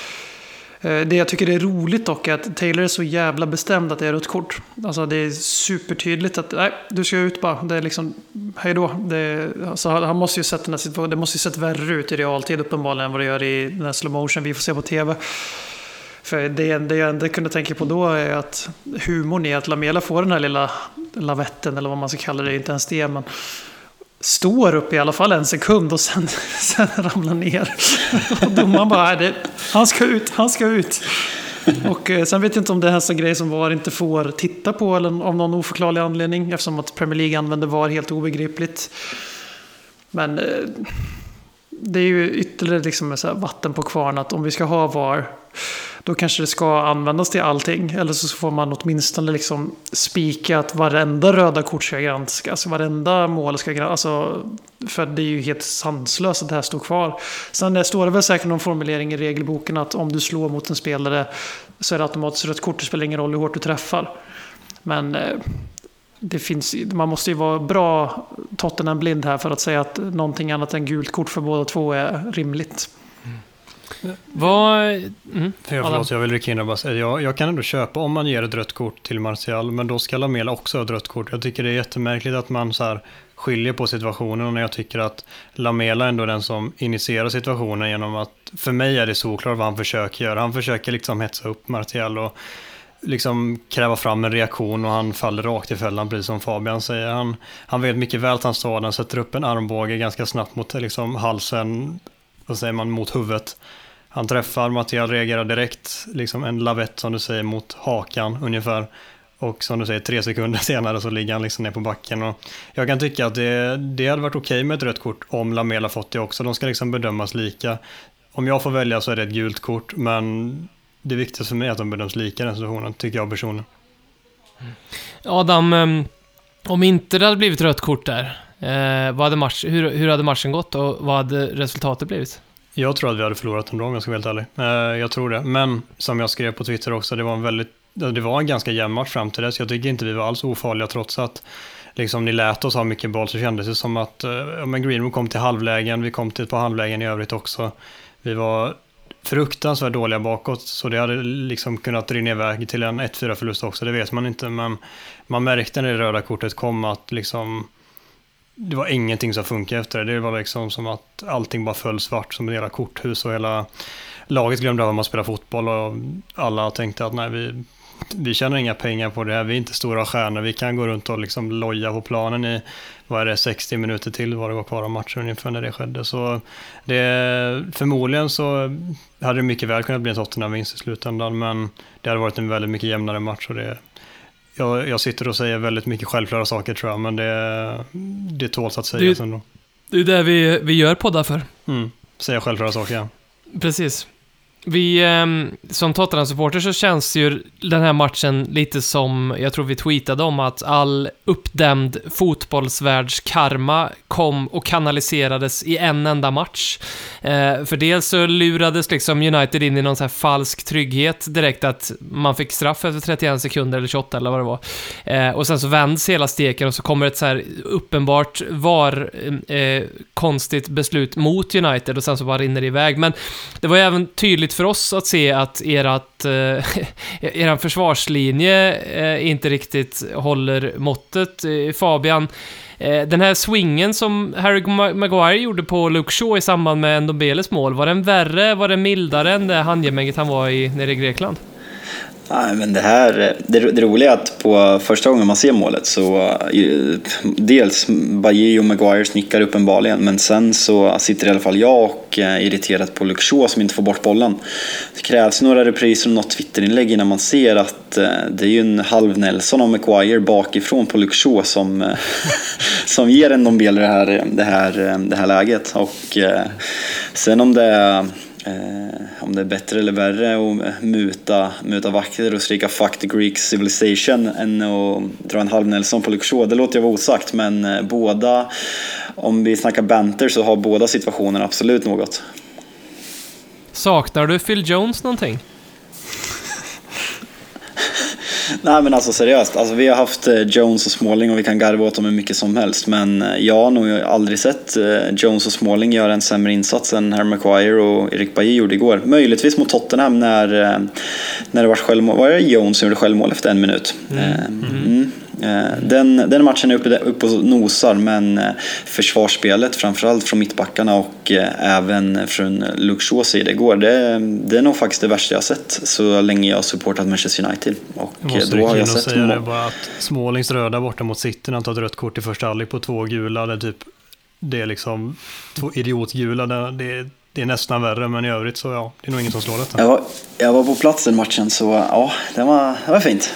Det jag tycker är roligt dock är att Taylor är så jävla bestämd att det är ett kort. Alltså det är supertydligt att nej, du ska ut bara. Det är liksom, hej då. Det, alltså han måste ju sett den här situationen, det måste ju sett värre ut i realtid uppenbarligen än vad det gör i den här slow motion vi får se på tv. För det, det jag ändå kunde tänka på då är att humorn är att Lamela får den här lilla lavetten, eller vad man ska kalla det, inte ens det, men står upp i alla fall en sekund och sen, sen ramlar ner. Och domaren bara, det, han ska ut, han ska ut. Och eh, sen vet jag inte om det här så grej som V A R inte får titta på, eller av någon oförklarlig anledning, eftersom att Premier League använder V A R helt obegripligt. Men eh, det är ju ytterligare liksom så här vatten på kvarn, att om vi ska ha V A R, då kanske det ska användas till allting. Eller så får man åtminstone liksom spika att varenda röda kort ska granskas, varenda mål ska granskas. Alltså, för det är ju helt sanslöst att det här står kvar. Sen det står det väl säkert någon formulering i regelboken att om du slår mot en spelare så är det automatiskt rött kort. Det spelar ingen roll hur hårt du träffar. Men eh, det finns, man måste ju vara bra Tottenham blind här för att säga att någonting annat än gult kort för båda två är rimligt. Vad... Mm. Jag, förlåt, jag vill rycka in bara säga, jag, jag kan ändå köpa om man ger ett rött kort till Martial, men då ska Lamela också ha ett rött kort. Jag tycker det är jättemärkligt att man så här skiljer på situationen, och när jag tycker att Lamela ändå är den som initierar situationen genom att, för mig är det såklart vad han försöker göra. Han försöker liksom hetsa upp Martial och liksom kräva fram en reaktion, och han faller rakt i fällan, precis som Fabian säger. Han, han vet mycket väl att han står, han sätter upp en armbåge ganska snabbt mot liksom halsen, vad säger man, mot huvudet. Han träffar, Martial reagerar direkt, liksom en lavett som du säger mot hakan ungefär. Och som du säger, tre sekunder senare så ligger han liksom ner på backen. Och jag kan tycka att det, det hade varit okej med ett rött kort om Lamela fått det också. De ska liksom bedömas lika. Om jag får välja så är det ett gult kort, men det viktigaste för mig är att de bedöms lika i den situationen, tycker jag personligen. Adam, om inte det hade blivit rött kort där, vad hade match, hur, hur hade matchen gått och vad hade resultatet blivit? Jag tror att vi hade förlorat ändå om jag ska vara helt ärlig. Eh, jag tror det. Men som jag skrev på Twitter också, det var en väldigt det var en ganska jämn match fram till dess. Jag tycker inte vi var alls ofarliga trots att liksom, ni lät oss ha mycket boll, så kändes det som att ja, men Greenwood kom till halvlägen, vi kom till ett par halvlägen i övrigt också. Vi var fruktansvärt dåliga bakåt, så det hade liksom kunnat rinna iväg till en ett fyra förlust också, det vet man inte, men man märkte när det röda kortet kom att liksom det var ingenting som funkade efter det. Det var liksom som att allting bara föll svart som ett hela korthus och hela laget glömde av att man spelar fotboll och alla tänkte att nej, vi vi tjänar inga pengar på det här, vi är inte stora stjärnor, vi kan gå runt och liksom loja på planen i, vad är det, sextio minuter till var det var kvar av matchen ungefär när det skedde. Så det, förmodligen så hade det mycket väl kunnat bli en Tottenham-vinst i slutändan, men det hade varit en väldigt mycket jämnare match och det, jag, jag sitter och säger väldigt mycket självklara saker tror jag, men det, det tåls att säga det, ändå. Det är det vi, vi gör poddar för. Mm, säga självklara saker, ja. Precis. Vi, eh, som Tottenham-supporter så känns ju den här matchen lite som, jag tror vi tweetade om, att all uppdämd fotbollsvärldskarma kom och kanaliserades i en enda match. Eh, för dels så lurades liksom United in i någon så här falsk trygghet direkt att man fick straff efter trettioen sekunder eller tjugoåtta eller vad det var. Eh, och sen så vänds hela steken och så kommer ett så här uppenbart var eh, konstigt beslut mot United och sen så bara rinner det iväg. Men det var ju även tydligt för oss att se att erat, eh, eran försvarslinje eh, inte riktigt håller måttet. Eh, Fabian, eh, den här swingen som Harry Maguire gjorde på Luke Shaw i samband med Ndombeles mål, var den värre, var den mildare än det handgemänget han var i nere i Grekland? Nej, men det här, det, det roliga är att på första gången man ser målet så dels Bailly och Maguire snickar uppenbarligen, men sen så sitter i alla fall jag och är irriterat på Luke Shaw som inte får bort bollen. Det krävs några repriser och något Twitterinlägg innan man ser att det är ju en halv Nelson och Maguire bakifrån på Luke Shaw som, som ger en Ndombele det här, det, här, det här läget. Och sen om det är Eh, om det är bättre eller värre att muta, muta vakter och skrika fuck the Greek civilization än att dra en halv Nelson på Luke Shaw, det låter jag vara osagt, men eh, båda, om vi snackar banter så har båda situationer absolut något. Saknar du Phil Jones någonting? Nej, men alltså seriöst, alltså, vi har haft Jones och Smalling och vi kan garva åt dem hur mycket som helst, men jag har nog aldrig sett Jones och Smalling göra en sämre insats än Harry Maguire och Eric Bailly gjorde igår. Möjligtvis mot Tottenham när, när det var självmål. Var det Jones som gjorde självmål efter en minut? Mm. Mm. Den, den matchen är uppe, uppe och nosar, men försvarsspelet framförallt från mittbackarna och även från Luke Shaw sida igår, det, det är nog faktiskt det värsta jag har sett så länge jag har supportat Manchester United. Och då har jag sett säga det bara att Smålings röda borta mot City, han tar ett rött kort i första halvlek på två gula, det är typ det är liksom två idiotgula, det, det är nästan värre, men i övrigt så ja, det är nog ingen som slår detta. Jag var, jag var på plats den matchen, så ja, det var, det var fint.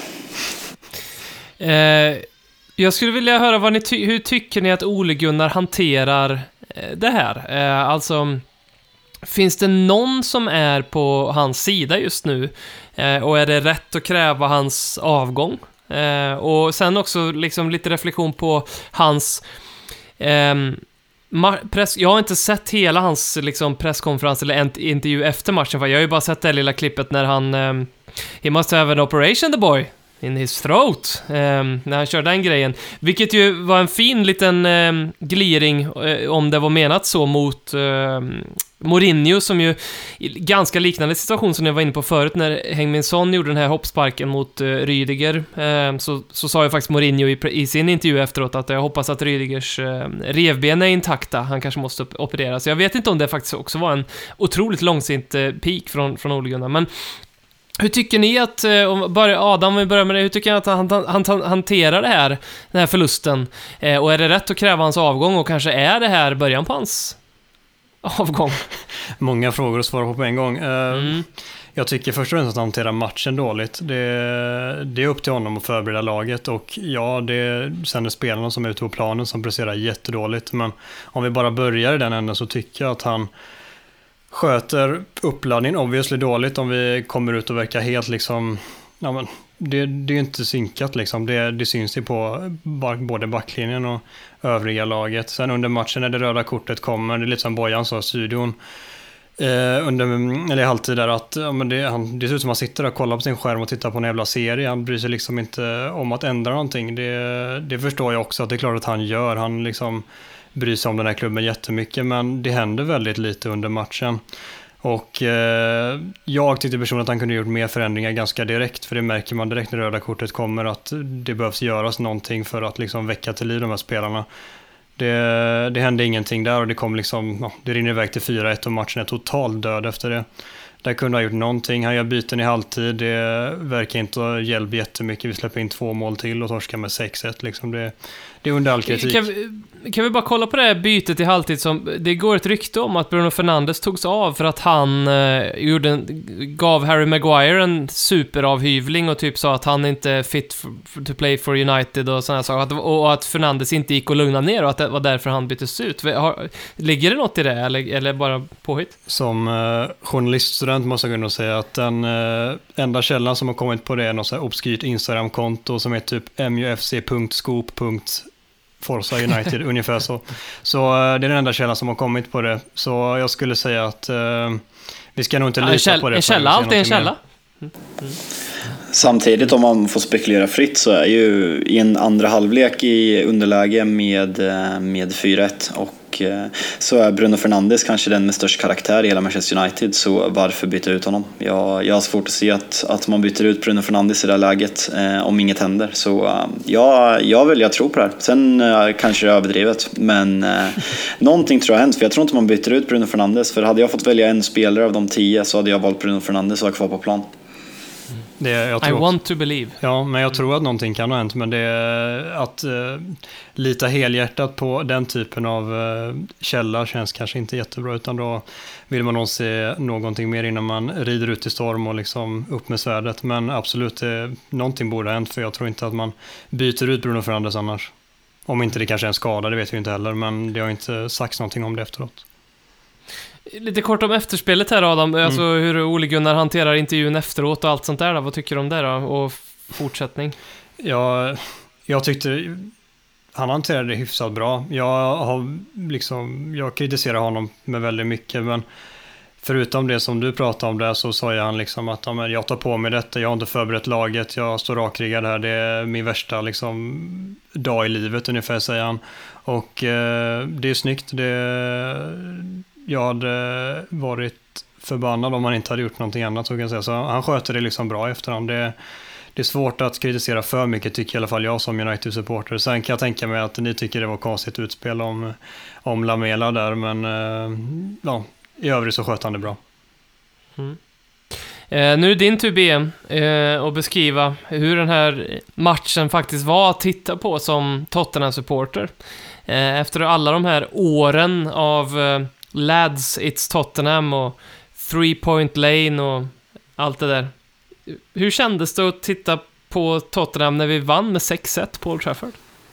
Eh, jag skulle vilja höra vad ni ty- hur tycker ni att Ole Gunnar hanterar eh, det här? Eh, alltså, finns det någon som är på hans sida just nu? Eh, och är det rätt att kräva hans avgång? Eh, och sen också liksom lite reflektion på hans eh, ma- press. Jag har inte sett hela hans liksom, presskonferens eller ent- intervju efter matchen, för jag har ju bara sett det lilla klippet när han eh, he must have an operation, the boy in his throat, eh, när han körde den grejen. Vilket ju var en fin liten eh, gliring, eh, om det var menat så, mot eh, Mourinho, som ju i ganska liknande situation som jag var inne på förut när Heung-min Son gjorde den här hoppsparken mot eh, Rydiger. Eh, så, så sa ju faktiskt Mourinho i, i sin intervju efteråt att jag hoppas att Rydigers eh, revben är intakta. Han kanske måste opereras. Jag vet inte om det faktiskt också var en otroligt långsint eh, peak från, från Ole Gunnar, men hur tycker ni att, om Adam, vi börjar med det, hur tycker ni att han, han, han hanterar det här, den här förlusten? Eh, och är det rätt att kräva hans avgång, och kanske är det här början på hans avgång? Många frågor att svara på på en gång. Eh, mm. Jag tycker först och främst att han hanterar matchen dåligt. Det, det är upp till honom att förbereda laget, och ja, det sen är spelarna som är ute på planen som presterar jättedåligt. Men om vi bara börjar i den änden så tycker jag att han sköter uppladdningen obviously dåligt. Om vi kommer ut och verkar helt liksom, ja, men det, det är inte synkat liksom. Det, det syns ju på både backlinjen och övriga laget. Sen under matchen när det röda kortet kommer, det är lite som Bojan sa i studion, Eh, under, eller i halvtid där att ja, men det, han, det ser ut som att han sitter där och kollar på sin skärm och tittar på en jävla serie. Han bryr sig liksom inte om att ändra någonting. Det, det förstår jag också att det är klart att han gör. Han liksom bryr sig om den här klubben jättemycket, men det händer väldigt lite under matchen. Och eh, jag tyckte personligen att han kunde gjort mer förändringar ganska direkt, för det märker man direkt när röda kortet kommer att det behövs göras någonting för att liksom väcka till liv de här spelarna. Det, det hände ingenting där och det kom liksom, ja, det rinner iväg till fyra ett och matchen är totalt död efter det. Där kunde ha gjort någonting. Han gör byten i halvtid. Det verkar inte ha hjälpt jättemycket. Vi släpper in två mål till och torskar med sex ett. Liksom det, det är under all kritik. Kan vi, kan vi bara kolla på det här bytet i halvtid? Som, det går ett rykte om att Bruno Fernandes togs av för att han eh, gjorde en, gav Harry Maguire en superavhyvling och typ sa att han inte är fit for, for, to play for United och sådana saker. Och att Fernandes inte gick och lugna ner och att det var därför han byttes ut. Har, ligger det något i det eller, eller bara påhitt? Som eh, journaliststudent måste jag kunna säga att den eh, enda källan som har kommit på det är något så här obskyrt Instagram-konto som är typ m u f c punkt scoop punkt forza united ungefär så. Så eh, det är den enda källan som har kommit på det. Så jag skulle säga att eh, vi ska nog inte lita käll, på det. En källa, alltid en källa. Mm. Mm. Samtidigt, om man får spekulera fritt, så är ju i en andra halvlek i underläge med, med fyra ett och så är Bruno Fernandes kanske den med störst karaktär i hela Manchester United, så varför byta ut honom? Jag, jag har svårt att se att, att man byter ut Bruno Fernandes i det här läget eh, om inget händer, så eh, ja, jag vill, jag tror på det här. Sen eh, kanske det är överdrivet, men eh, någonting tror jag har hänt, för jag tror inte man byter ut Bruno Fernandes, för hade jag fått välja en spelare av de tio så hade jag valt Bruno Fernandes och var kvar på plan. Det, jag tror I want också, to believe. Ja, men jag tror att någonting kan ha hänt, men det är att eh, lita helhjärtat på den typen av eh, källa känns kanske inte jättebra, utan då vill man nog se någonting mer innan man rider ut i storm och liksom upp med svärdet. Men absolut, eh, någonting borde ha hänt, för jag tror inte att man byter ut Bruno Fernandes annars. Om inte det kanske är en skada, det vet vi inte heller, men det har inte sagts någonting om det efteråt. Lite kort om efterspelet här, Adam. Mm. Alltså hur Ole Gunnar hanterar intervjun efteråt och allt sånt där. Då. Vad tycker du om det då? Och fortsättning? Ja, jag tyckte han hanterade det hyfsat bra. Jag har liksom, jag kritiserar honom med väldigt mycket, men förutom det som du pratade om där så sa han liksom att ja, men jag tar på mig detta, jag har inte förberett laget, jag står rakryggad här, det är min värsta liksom dag i livet ungefär, säger han. Och eh, det är snyggt, det jag hade varit förbannad om han inte hade gjort någonting annat, så kan jag säga. Så han sköter det liksom bra efterhand. Det, det är svårt att kritisera för mycket, tycker i alla fall jag som United-supporter. Sen kan jag tänka mig att ni tycker det var konstigt utspel om, om Lamela där, men ja, i övrigt så sköter han det bra. Mm. Eh, nu är det din tur, B M, eh, att beskriva hur den här matchen faktiskt var att titta på som Tottenham-supporter. Eh, efter alla de här åren av eh, Lads, It's Tottenham och Three Point Lane och allt det där. Hur kändes det att titta på Tottenham när vi vann med sex ett på Old Trafford?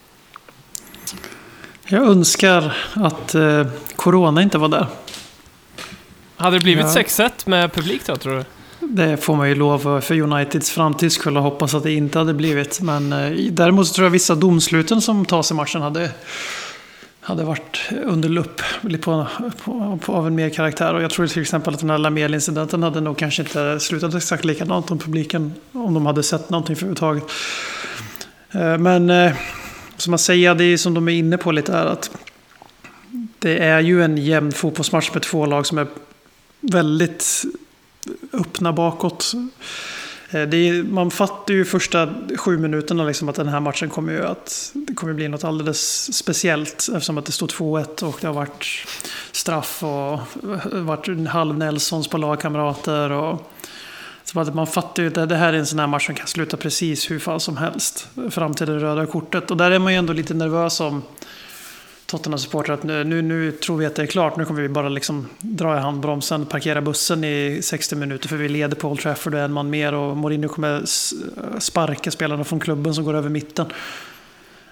Jag önskar att eh, corona inte var där. Hade det blivit ja. sex ett med publik då, tror du? Det får man ju lov för Uniteds framtid skulle jag hoppas att det inte hade blivit. Men eh, däremot så tror jag vissa domsluten som tas i matchen hade... hade varit under lupp på, på, på, av en mer karaktär. Och jag tror till exempel att den här Lamela-incidenten hade nog kanske inte slutat exakt likadant om publiken, om de hade sett någonting överhuvudtaget. Men som man säger, det är som de är inne på lite är att det är ju en jämn fotbollsmatch med två lag som är väldigt öppna bakåt. Det är, man fattar ju första sju minuterna liksom att den här matchen kommer ju att det kommer bli något alldeles speciellt, eftersom att det står två ett och det har varit straff och varit en halv Nelsons på lagkamrater och så att man fattar ju att det här är en sån här match som kan sluta precis hur fan som helst fram till det röda kortet, och där är man ju ändå lite nervös om Tottenham-supporter att nu, nu, nu tror vi att det är klart, nu kommer vi bara liksom dra i handbromsen, parkera bussen i sextio minuter för vi leder på Old Trafford och en man mer och Mourinho kommer sparka spelarna från klubben som går över mitten.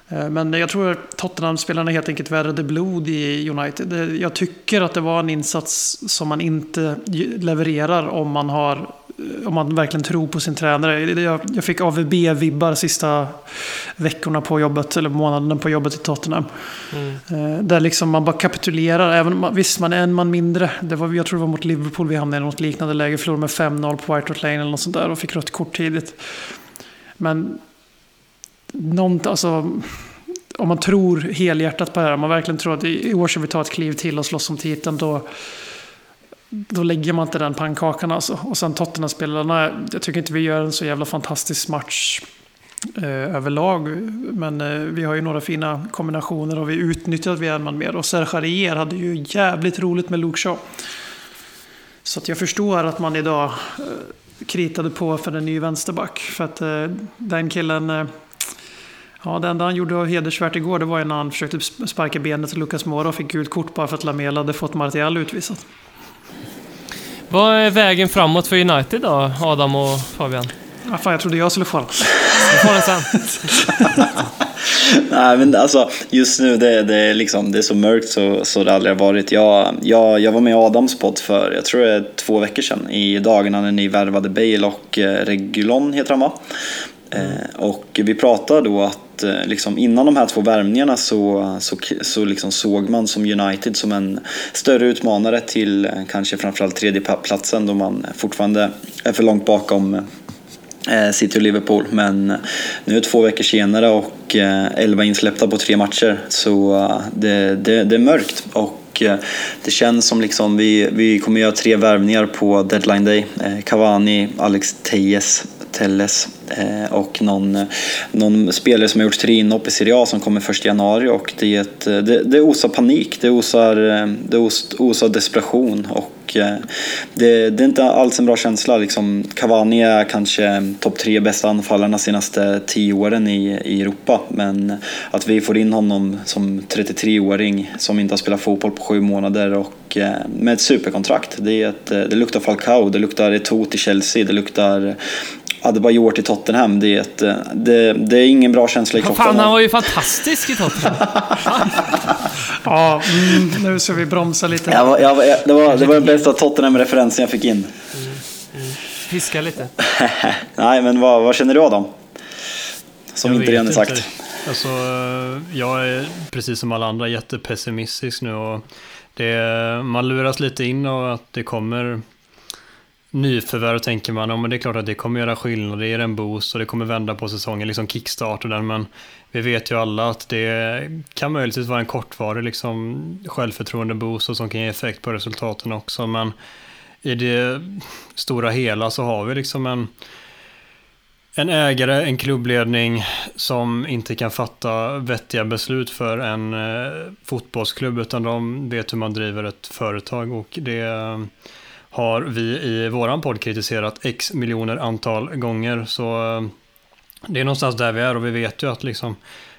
Men jag tror att Tottenham-spelarna helt enkelt vädrade blod i United. Jag tycker att det var en insats som man inte levererar om man har om man verkligen tror på sin tränare. Jag, jag fick A V B-vibbar sista veckorna på jobbet, eller månaderna på jobbet i Tottenham. Mm. Där liksom man bara kapitulerar. Även, visst, man är en man mindre. Det var, jag tror det var mot Liverpool vi hamnade i något liknande läge. Förlorade med fem noll på White Hart Lane eller något sånt där och fick rött kort tidigt. Men någon, alltså, om man tror helhjärtat på det här, om man verkligen tror att i år ska vi ta ett kliv till och slåss om titeln, då då lägger man inte den pannkakan alltså. Och sen Tottenham-spelarna, jag tycker inte vi gör en så jävla fantastisk match eh, överlag, men eh, vi har ju några fina kombinationer och vi utnyttjar att vi är en man mer. Och Serge Aurier hade ju jävligt roligt med Luke Shaw. Så att jag förstår att man idag eh, kritade på för en ny vänsterback, för att eh, den killen eh, ja, det enda han gjorde av hedersvärt igår, det var när han försökte sparka benet till Lucas Moura och fick gult kort bara för att Lamela hade fått Martial utvisat. Vad är vägen framåt för United då, Adam och Fabian? Ja, fan, jag trodde jag skulle få den. Du får den sen. Nej, men alltså just nu det, det, är liksom, det är så mörkt så, så det aldrig har varit. Jag, jag, jag var med i Adams podd för, jag tror det är två veckor sedan, i dagarna när ni värvade Bale och eh, Reguilon heter han va? Mm. Eh, och vi pratade då att eh, liksom, innan de här två värvningarna så, så, så liksom såg man som United som en större utmanare till eh, kanske framförallt tredje platsen, då man fortfarande är för långt bakom eh, City och Liverpool. Men nu är två veckor senare och eh, elva insläppta på tre matcher, så eh, det, det, det är mörkt. Och eh, det känns som liksom vi, vi kommer göra tre värvningar på deadline day. eh, Cavani, Alex Telles Telles eh, och någon, någon spelare som har gjort tre inhopp i Serie A som kommer första januari, och det, är ett, det, det osar panik, det osar, det osar, osar desperation, och eh, det, det är inte alls en bra känsla liksom. Cavani är kanske topp tre bästa anfallarna senaste tio åren i, i Europa, men att vi får in honom som trettiotre-åring som inte har spelat fotboll på sju månader och eh, med ett superkontrakt, det, är ett, det luktar Falcao, det luktar Eto'o till Chelsea, det luktar Adebayor till Tottenham. Det är, ett, det, det är ingen bra känsla i kroppen. Fan, han var ju fantastisk i Tottenham. Ja, mm, nu ska vi bromsa lite. Jag var, jag var, det, var, det var den bästa Tottenham-referensen jag fick in. Mm, mm. Fiska lite. Nej, men vad, vad känner du Adam? Som jag inte redan sagt. Inte. Alltså, jag är precis som alla andra jättepessimistisk nu. Och det, man luras lite in och att det kommer nyförvärv, tänker man, ja, men det är klart att det kommer göra skillnad, det är en boost och det kommer vända på säsongen, liksom kickstart och den, men vi vet ju alla att det kan möjligtvis vara en kortvarig liksom självförtroende boost och som kan ge effekt på resultaten också, men i det stora hela så har vi liksom en en ägare, en klubbledning som inte kan fatta vettiga beslut för en eh, fotbollsklubb, utan de vet hur man driver ett företag, och det har vi i våran podd kritiserat x miljoner antal gånger, så det är någonstans där vi är, och vi vet ju att liksom,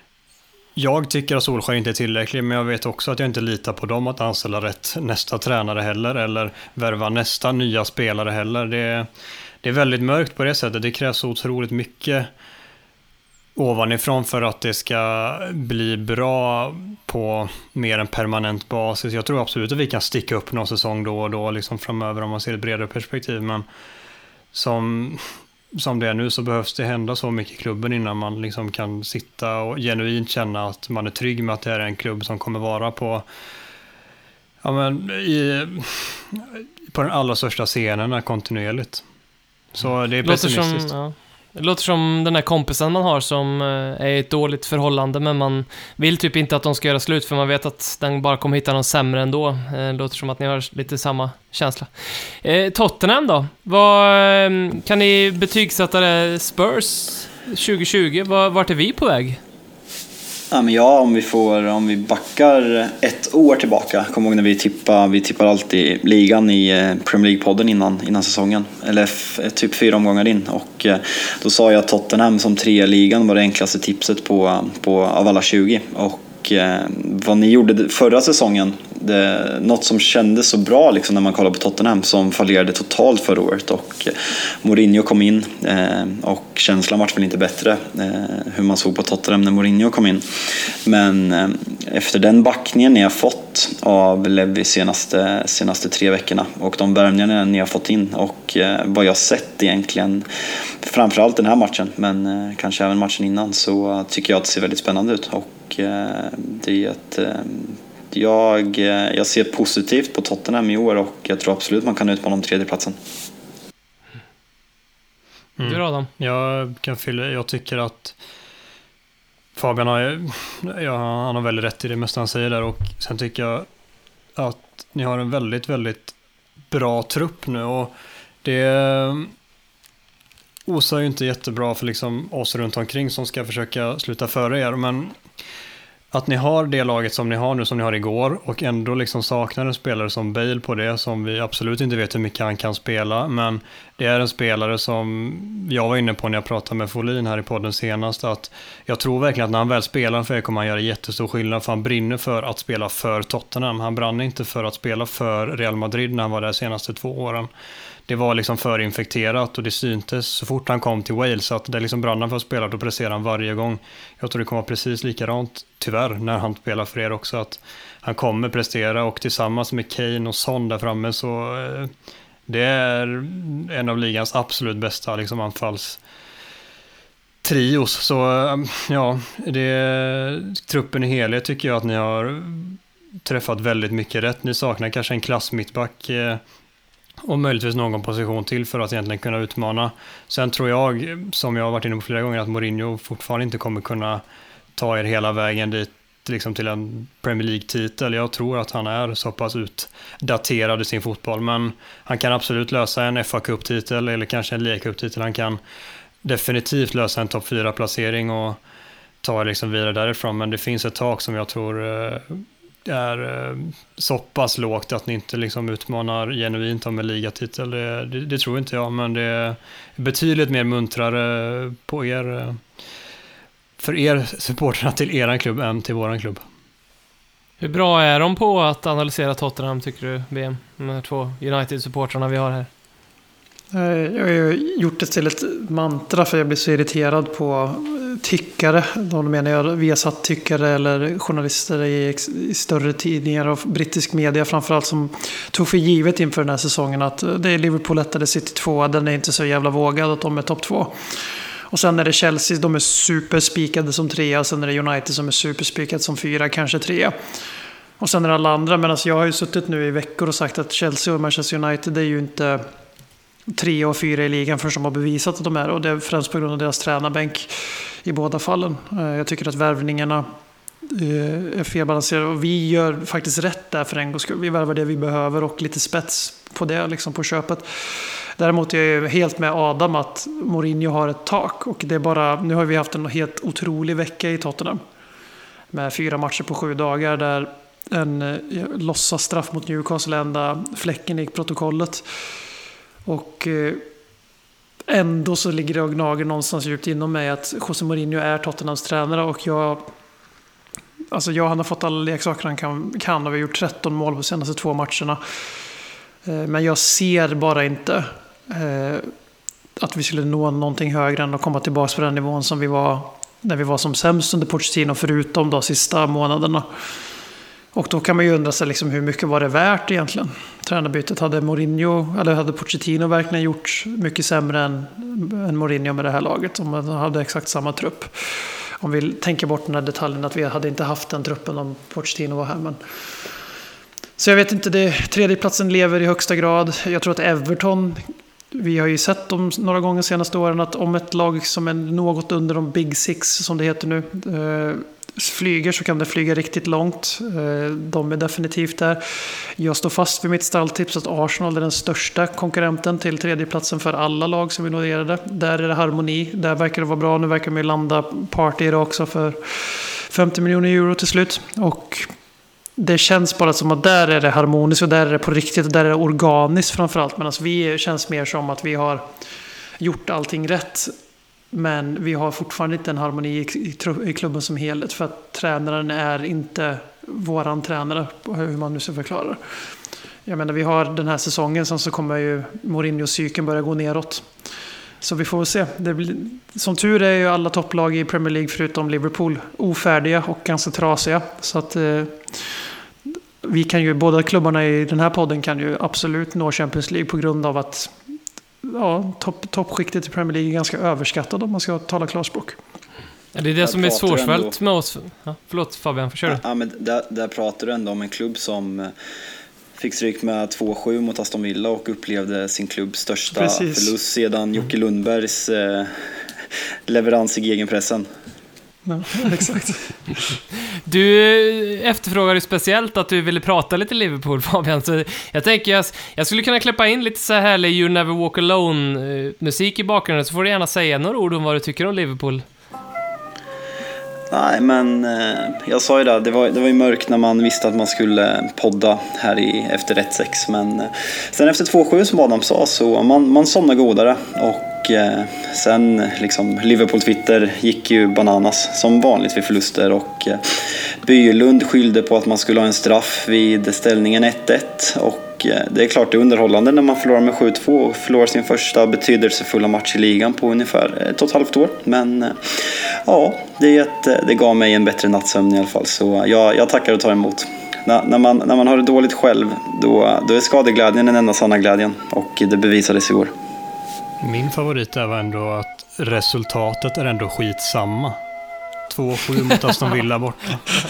jag tycker att Solskjaer inte är tillräcklig, men jag vet också att jag inte litar på dem att anställa rätt nästa tränare heller, eller värva nästa nya spelare heller. Det, det är väldigt mörkt på det sättet, det krävs så otroligt mycket ovanifrån för att det ska bli bra på mer en permanent basis. Jag tror absolut att vi kan sticka upp någon säsong då och då liksom framöver om man ser ett bredare perspektiv, men som, som det är nu så behövs det hända så mycket i klubben innan man liksom kan sitta och genuint känna att man är trygg med att det är en klubb som kommer vara på ja, men i, på den allra största scenen kontinuerligt. Så det är pessimistiskt. Som, ja. Det låter som den här kompisen man har som är i ett dåligt förhållande, men man vill typ inte att de ska göra slut för man vet att den bara kommer hitta någon sämre ändå. Det låter som att ni har lite samma känsla. Eh, Tottenham då? Vad, kan ni betygsätta det Spurs tjugo tjugo? Vart är vi på väg? Ja, men ja, om vi får om vi backar ett år tillbaka, kom ihåg när vi tippar vi tippar alltid ligan i Premier League-podden innan innan säsongen, eller f- typ fyra omgångar in, och då sa jag att Tottenham som tre ligan var det enklaste tipset på på av alla tjugo, och eh, vad ni gjorde förra säsongen, det, något som kändes så bra liksom, när man kollar på Tottenham som fallerade totalt förra året, och Mourinho kom in eh, och känslan var väl inte bättre eh, hur man såg på Tottenham när Mourinho kom in. Men eh, efter den backningen ni har fått av Levy senaste, senaste tre veckorna och de värvningarna ni har fått in och eh, vad jag sett egentligen, framförallt den här matchen men eh, kanske även matchen innan, så tycker jag att det ser väldigt spännande ut, och eh, det är ett, eh, jag, jag ser positivt på Tottenham i år och jag tror absolut man kan utmana om tredjeplatsen. Mm. Du Adam? Jag kan fylla, jag tycker att Fabian har, ja, han har väldigt rätt i det mesta han säger där, och sen tycker jag att ni har en väldigt, väldigt bra trupp nu, och det osar ju inte jättebra för liksom oss runt omkring som ska försöka sluta före er, men att ni har det laget som ni har nu, som ni har igår, och ändå liksom saknar en spelare som Bale på det, som vi absolut inte vet hur mycket han kan spela, men det är en spelare som jag var inne på när jag pratade med Folin här i podden senast, att jag tror verkligen att när han väl spelar för er kommer han göra jättestor skillnad, för han brinner för att spela för Tottenham. Han brann inte för att spela för Real Madrid när han var där de senaste två åren. Det var liksom för infekterat och det syntes så fort han kom till Wales att det liksom brann han för att spela, då presserar han varje gång. Jag tror det kommer vara precis likadant tyvärr när han spelar för er också, att han kommer prestera, och tillsammans med Kane och Son där framme så eh, det är en av ligans absolut bästa liksom anfalls trios. Så ja, det, truppen i helhet tycker jag att ni har träffat väldigt mycket rätt. Ni saknar kanske en klass mittback eh, och möjligtvis någon position till för att egentligen kunna utmana. Sen tror jag, som jag har varit inne på flera gånger, att Mourinho fortfarande inte kommer kunna ta er hela vägen dit liksom till en Premier League-titel. Jag tror att han är så pass utdaterad i sin fotboll, men han kan absolut lösa en F A Cup-titel eller kanske en Liga Cup-titel. Han kan definitivt lösa en topp fyra placering och ta liksom vidare därifrån, men det finns ett tak som jag tror är så pass lågt att ni inte liksom utmanar genuint om en ligatitel. Det, det, det tror inte jag, men det är betydligt mer muntrare på er, för er supporterna till eran klubb än till våran klubb. Hur bra är de på att analysera Tottenham, tycker du, B M? De här två United-supportrarna vi har här. Jag har ju gjort det till ett mantra för jag blir så irriterad på tyckare. De menar jag Viasat tyckare eller journalister i, i större tidningar och brittisk media framförallt, som tog för givet inför den här säsongen att det är Liverpool ett, det City två, den är inte så jävla vågad att de är topp två. Och sen är det Chelsea, de är superspikade som trea, och sen är det United som är superspikade som fyra, kanske trea. Och sen är det alla andra, men alltså jag har ju suttit nu i veckor och sagt att Chelsea och Manchester United är ju inte tre och fyra i ligan förrän de har bevisat att de är, och det är främst på grund av deras tränarbänk i båda fallen. Jag tycker att värvningarna är felbalanserade, och vi gör faktiskt rätt där för en gång. Vi värvar det vi behöver och lite spets på det liksom på köpet. Däremot är jag helt med Adam att Mourinho har ett tak, och det är bara, nu har vi haft en helt otrolig vecka i Tottenham med fyra matcher på sju dagar där en låtsas straff mot Newcastle ända fläcken i protokollet. Och ändå så ligger det och gnager någonstans djupt inom mig att José Mourinho är Tottenhams tränare, och jag alltså jag han har fått alla leksaker han kan, kan och vi har gjort tretton mål på senaste två matcherna. Men jag ser bara inte att vi skulle nå någonting högre än att komma tillbaka på den nivån som vi var när vi var som sämst under Pochettino, förutom de sista månaderna. Och då kan man ju undra sig liksom, hur mycket var det värt egentligen? Tränarbytet, hade Mourinho eller hade Pochettino verkligen gjort mycket sämre än, än Mourinho med det här laget, om man hade exakt samma trupp? Om vi tänker bort den här detaljen att vi hade inte haft den truppen om Pochettino var här, men så jag vet inte, det tredjeplatsen lever i högsta grad. Jag tror att Everton, vi har ju sett dem några gånger senaste åren, att om ett lag som är något under de Big Six som det heter nu eh, flyger, så kan det flyga riktigt långt. Eh, de är definitivt där. Jag står fast vid mitt stalltips att Arsenal är den största konkurrenten till tredjeplatsen för alla lag som vi noterade. Där är det harmoni, där verkar det vara bra. Nu verkar vi landa party i det också för femtio miljoner euro till slut, och det känns bara som att där är det harmoniskt och där är det på riktigt och där är det organiskt framförallt. Men alltså vi känns mer som att vi har gjort allting rätt, men vi har fortfarande inte en harmoni i, i, i klubben som helhet, för att tränaren är inte våran tränare, hur man nu ska förklara det. Jag menar, vi har den här säsongen, sen så kommer ju Mourinho-cykeln börja gå neråt. Så vi får se. Det blir, som tur är ju alla topplag i Premier League förutom Liverpool ofärdiga och ganska trasiga. Så att eh, vi kan ju, båda klubbarna i den här podden kan ju absolut nå Champions League på grund av att ja, topp, toppskiktet i Premier League är ganska överskattat om man ska tala klarspråk. Ja, det är det där som är svårsmält ändå... med oss. Ja, förlåt Fabian, försök. Ja, men där, där pratar du ändå om en klubb som fick stryk med två sju mot Aston Villa och upplevde sin klubbs största Precis. förlust sedan Jocke Lundbergs eh, leverans i gegenpressen. Ja, exakt. Du efterfrågar ju speciellt att du ville prata lite Liverpool, Fabian, så jag tänker jag, jag skulle kunna kläppa in lite så här You Never Walk Alone musik i bakgrunden, så får du gärna säga några ord om vad du tycker om Liverpool. Nej, men eh, jag sa ju det, det var, det var ju mörkt när man visste att man skulle podda här i, efter ett sex, men eh, sen efter två sju som Adam sa så man, man somnar godare och eh, sen liksom Liverpool-Twitter gick ju bananas som vanligt vid förluster och eh, Bylund skyllde på att man skulle ha en straff vid ställningen ett ett och det är klart det är underhållande när man förlorar med sju två och förlorar sin första betydelsefulla match i ligan på ungefär ett och ett halvt år. Men ja, det, är ett, det gav mig en bättre nattsömn i alla fall. Så jag, jag tackar och tar emot. När, när, man, när man har det dåligt själv, då, då är skadeglädjen den enda sanna glädjen. Och det bevisades igår. Min favorit är ändå att resultatet är ändå skitsamma. två sju mot Aston Villa borta.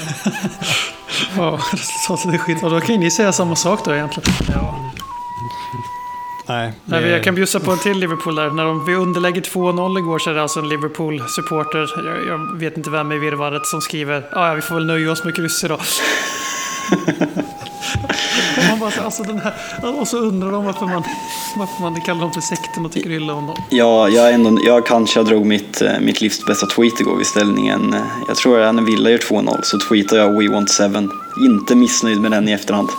Ja, resultatet är skit. Och då kan ni säga samma sak då egentligen. Ja. Nej, det... Nej, jag kan bjussa på en till Liverpool där. När de, vi underlägger två noll igår så är det alltså en Liverpool-supporter. Jag, jag vet inte vem i virrvarret som skriver ja, vi får väl nöja oss med kryss idag. Och, man bara, alltså den här, och så undrar de varför man, varför man kallar dem för sekten och tycker illa om dem. Ja, jag, ändå, jag kanske drog mitt, mitt livs bästa tweet igår vid ställningen. Jag tror att när Villa gör två noll så tweetar jag We want seven. Inte missnöjd med den i efterhand.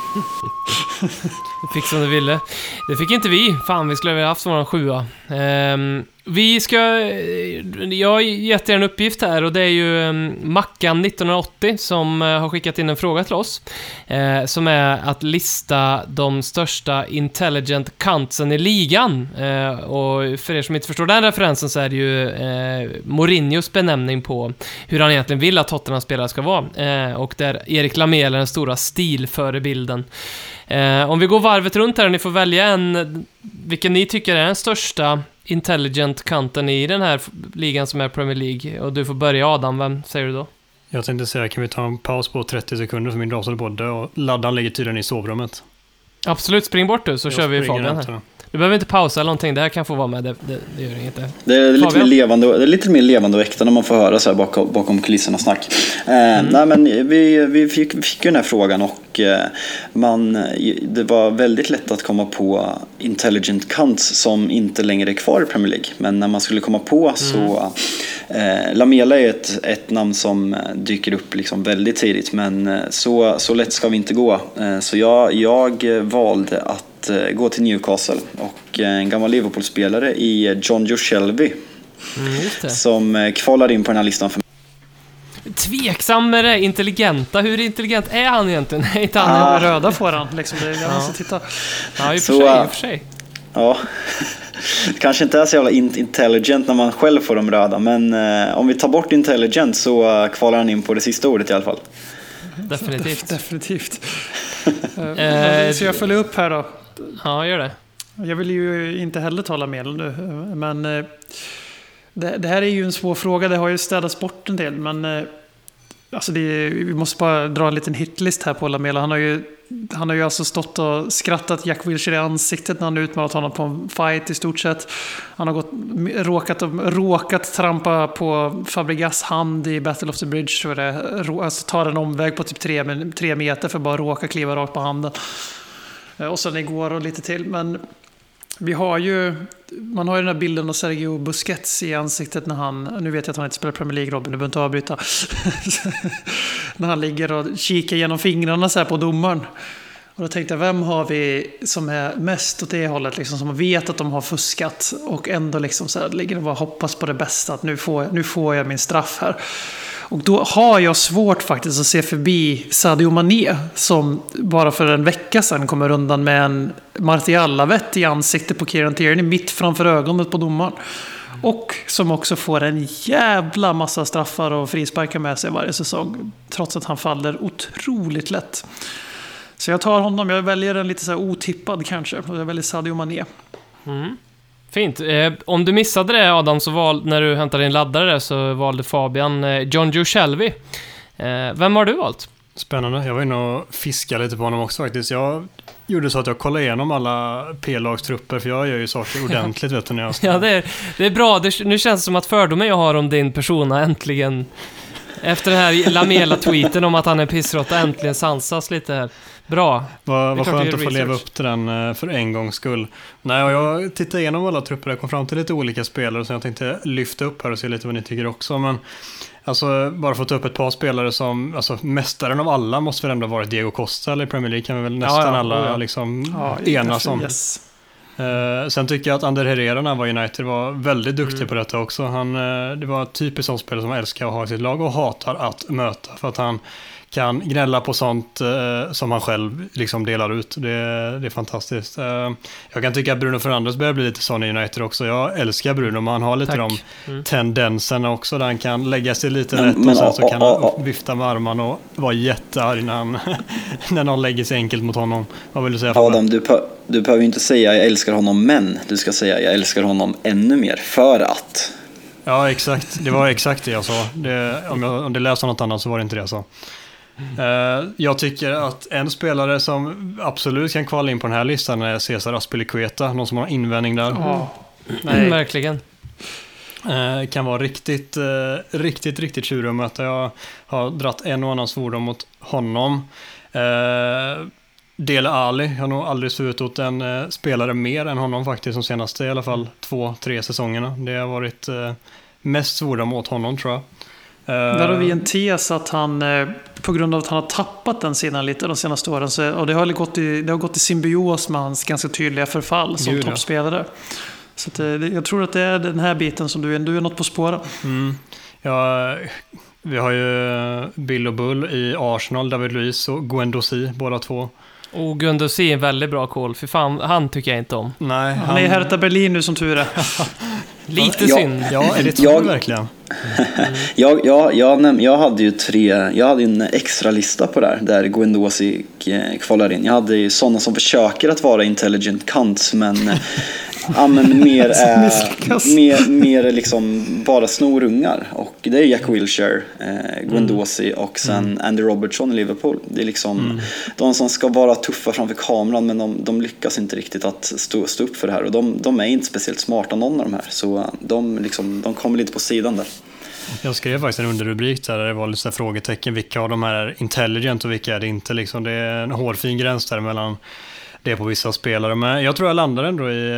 Du fick som du ville. Det fick inte vi. Fan, vi skulle ha haft våran sjua. Um, vi ska... Jag har gett er en uppgift här och det är ju um, Mackan nittonhundraåttio som uh, har skickat in en fråga till oss. Uh, som är att lista de största intelligent cuntsen i ligan. Uh, och för er som inte förstår den referensen så är det ju uh, Mourinhos benämning på hur han egentligen vill att Tottenham-spelare ska vara. Uh, och där Erik Lamela är den stora stilförebilden. Uh, om vi går varvet runt här och ni får välja en, vilken ni tycker är den största intelligent kanten i den här ligan som är Premier League. Och du får börja, Adam, vem säger du då? Jag tänkte säga, kan vi ta en paus på trettio sekunder för min dator på att dö och laddan ligger tydligen i sovrummet. Absolut, spring bort du så jag kör vi Fabian här. Du behöver inte pausa eller någonting, det här kan få vara med, det, det, det gör inget. Det är, lite mer levande, det är lite mer levande och äkta när man får höra så här bakom, bakom kulisserna snack. Eh, mm. Nej, men vi, vi fick, fick ju den här frågan och eh, man, det var väldigt lätt att komma på intelligent cunts som inte längre är kvar i Premier League. Men när man skulle komma på mm. så... Eh, Lamela är ett, ett namn som dyker upp liksom väldigt tidigt, men så, så lätt ska vi inte gå. Eh, så jag, jag valde att gå till Newcastle och en gammal Liverpool-spelare i John Joe Shelby mm, som kvalar in på den här listan för mig. Tveksammare, intelligenta. Hur intelligent är han egentligen? Inte han ah. röda får han liksom. Det, jag måste titta. Ja, i och för sig, i och för sig. Ja. Kanske inte är så jävla intelligent när man själv får de röda, men eh, om vi tar bort intelligent så uh, kvalar han in på det sista ordet i alla fall. Definitivt. Definitivt. uh, så jag följer upp här då. Ja, gör det. Jag vill ju inte heller tala medel nu, men uh, det, det här är ju en svår fråga. Det har ju städats bort en del, men uh, alltså det är, vi måste bara dra en liten hitlist här på Lamela. Han har ju Han har ju alltså stått och skrattat Jack Wilshere i ansiktet när han utmanat honom på en fight i stort sett. Han har gått, råkat, råkat trampa på Fabregas hand i Battle of the Bridge. Så det, alltså tar en omväg på typ tre, tre meter för att bara råka kliva rakt på handen. Och sen igår och lite till. Men vi har ju, man har ju den här bilden av Sergio Busquets i ansiktet när han, nu vet jag att han inte spelar Premier League, Robin, du behöver inte avbryta. När han ligger och kikar genom fingrarna så här på domaren. Och då tänkte jag, vem har vi som är mest åt det hållet, liksom, som vet att de har fuskat och ändå liksom så här, ligger och bara hoppas på det bästa, att nu får jag, nu får jag min straff här. Och då har jag svårt faktiskt att se förbi Sadio Mané, som bara för en vecka sedan kommer undan med en Martial-lavett i ansiktet på Kieran Tierney mitt framför ögonet på domaren. Och som också får en jävla massa straffar och frisparkar med sig varje säsong, trots att han faller otroligt lätt. Så jag tar honom, jag väljer en lite så här otippad kanske, och jag väljer Sadio Mané. Mm. Fint. Eh, om du missade det, Adam, så val, när du hämtade din laddare där, så valde Fabian eh, Jonjo Shelvey. Eh, vem har du valt? Spännande. Jag var inne och fiskade lite på honom också faktiskt. Jag gjorde så att jag kollade igenom alla P-lagstrupper, för jag gör ju saker ordentligt, vet du, när jag ska... Ja, det är, det är bra. Det, nu känns det som att fördomen jag har om din persona äntligen, efter den här Lamela-tweeten om att han är pissrotta, äntligen sansas lite här. Bra. Vad, vad skönt att få research. leva upp till den för en gångs skull. Nej, och jag tittade igenom alla trupper och kom fram till lite olika spelare som jag tänkte lyfta upp här och se lite vad ni tycker också. Men alltså, bara få ta upp ett par spelare som, alltså mästaren av alla måste väl ändå ha varit Diego Costa, eller i Premier League kan vi väl nästan ja, ja, alla ja. liksom Ja, enas om. yes. Uh, sen tycker jag att Ander Herrera när han var United var väldigt duktig mm. på detta också. Han, uh, det var typiskt sån spelare som älskar att ha i sitt lag och hatar att möta, för att han kan gnälla på sånt uh, som han själv liksom delar ut. Det, det är fantastiskt. Uh, jag kan tycka att Bruno Fernandes börjar bli lite sån i United också. Jag älskar Bruno, men han har lite Tack. de mm. tendenserna också, där han kan lägga sig lite men, rätt och men, sen så kan han vifta med armarna och vara jättearg när, han, när någon lägger sig enkelt mot honom. Vad vill du säga? Adam, du, du behöver ju inte säga jag älskar honom, men du ska säga jag älskar honom ännu mer för att... Ja, exakt. Det var exakt det jag sa. Det, om, jag, om det läste något annat så var det inte det jag sa. Uh, jag tycker att en spelare som absolut kan kvala in på den här listan är Cesar Azpilicueta. Någon som har invändning där. Oh. Nej, verkligen. Uh, kan vara riktigt, uh, riktigt, riktigt tjurig att möta. Jag har dratt en och annan svordom mot honom. Uh, Dele Alli, jag har nog aldrig sett ut en uh, spelare mer än honom faktiskt, de senaste i alla fall två, tre säsongerna. Det har varit uh, mest svordom mot honom, tror jag. Där har vi en tes att han, på grund av att han har tappat den sidan lite de senaste åren, så, och det har, gått i, det har gått i symbios med hans ganska tydliga förfall som Gud, toppspelare. Så att, jag tror att det är den här biten som du är, du är något på spåren. Mm. Ja, vi har ju Bill och Bull i Arsenal, David Luiz och Guendouzi, båda två. Och Guendouzi är en väldigt bra call, för fan, han tycker jag inte om. Nej, han, han är i Hertha Berlin nu som tur är. Lite ja, synd. Ja, är det tur jag, verkligen? Mm. jag, jag, jag, jag hade ju tre, jag hade en extra lista på där, där Guendouzi kvalar in. Jag hade ju sådana som försöker att vara intelligent cunts, men ja, men mer är mer, mer liksom bara snorungar, och det är Jack Wilshere, eh, Guendouzi och sen mm. Andy Robertson i Liverpool. Det är liksom mm. de som ska vara tuffa framför kameran, men de, de lyckas inte riktigt att stå, stå upp för det här, och de, de är inte speciellt smarta, någon av de här, så de, liksom, de kommer lite på sidan där. Jag skrev faktiskt en underrubrik där det var lite frågetecken, vilka av de här är intelligent och vilka är det inte, liksom. Det är en hårfin gräns där mellan det på vissa spelare, men jag tror jag landar ändå i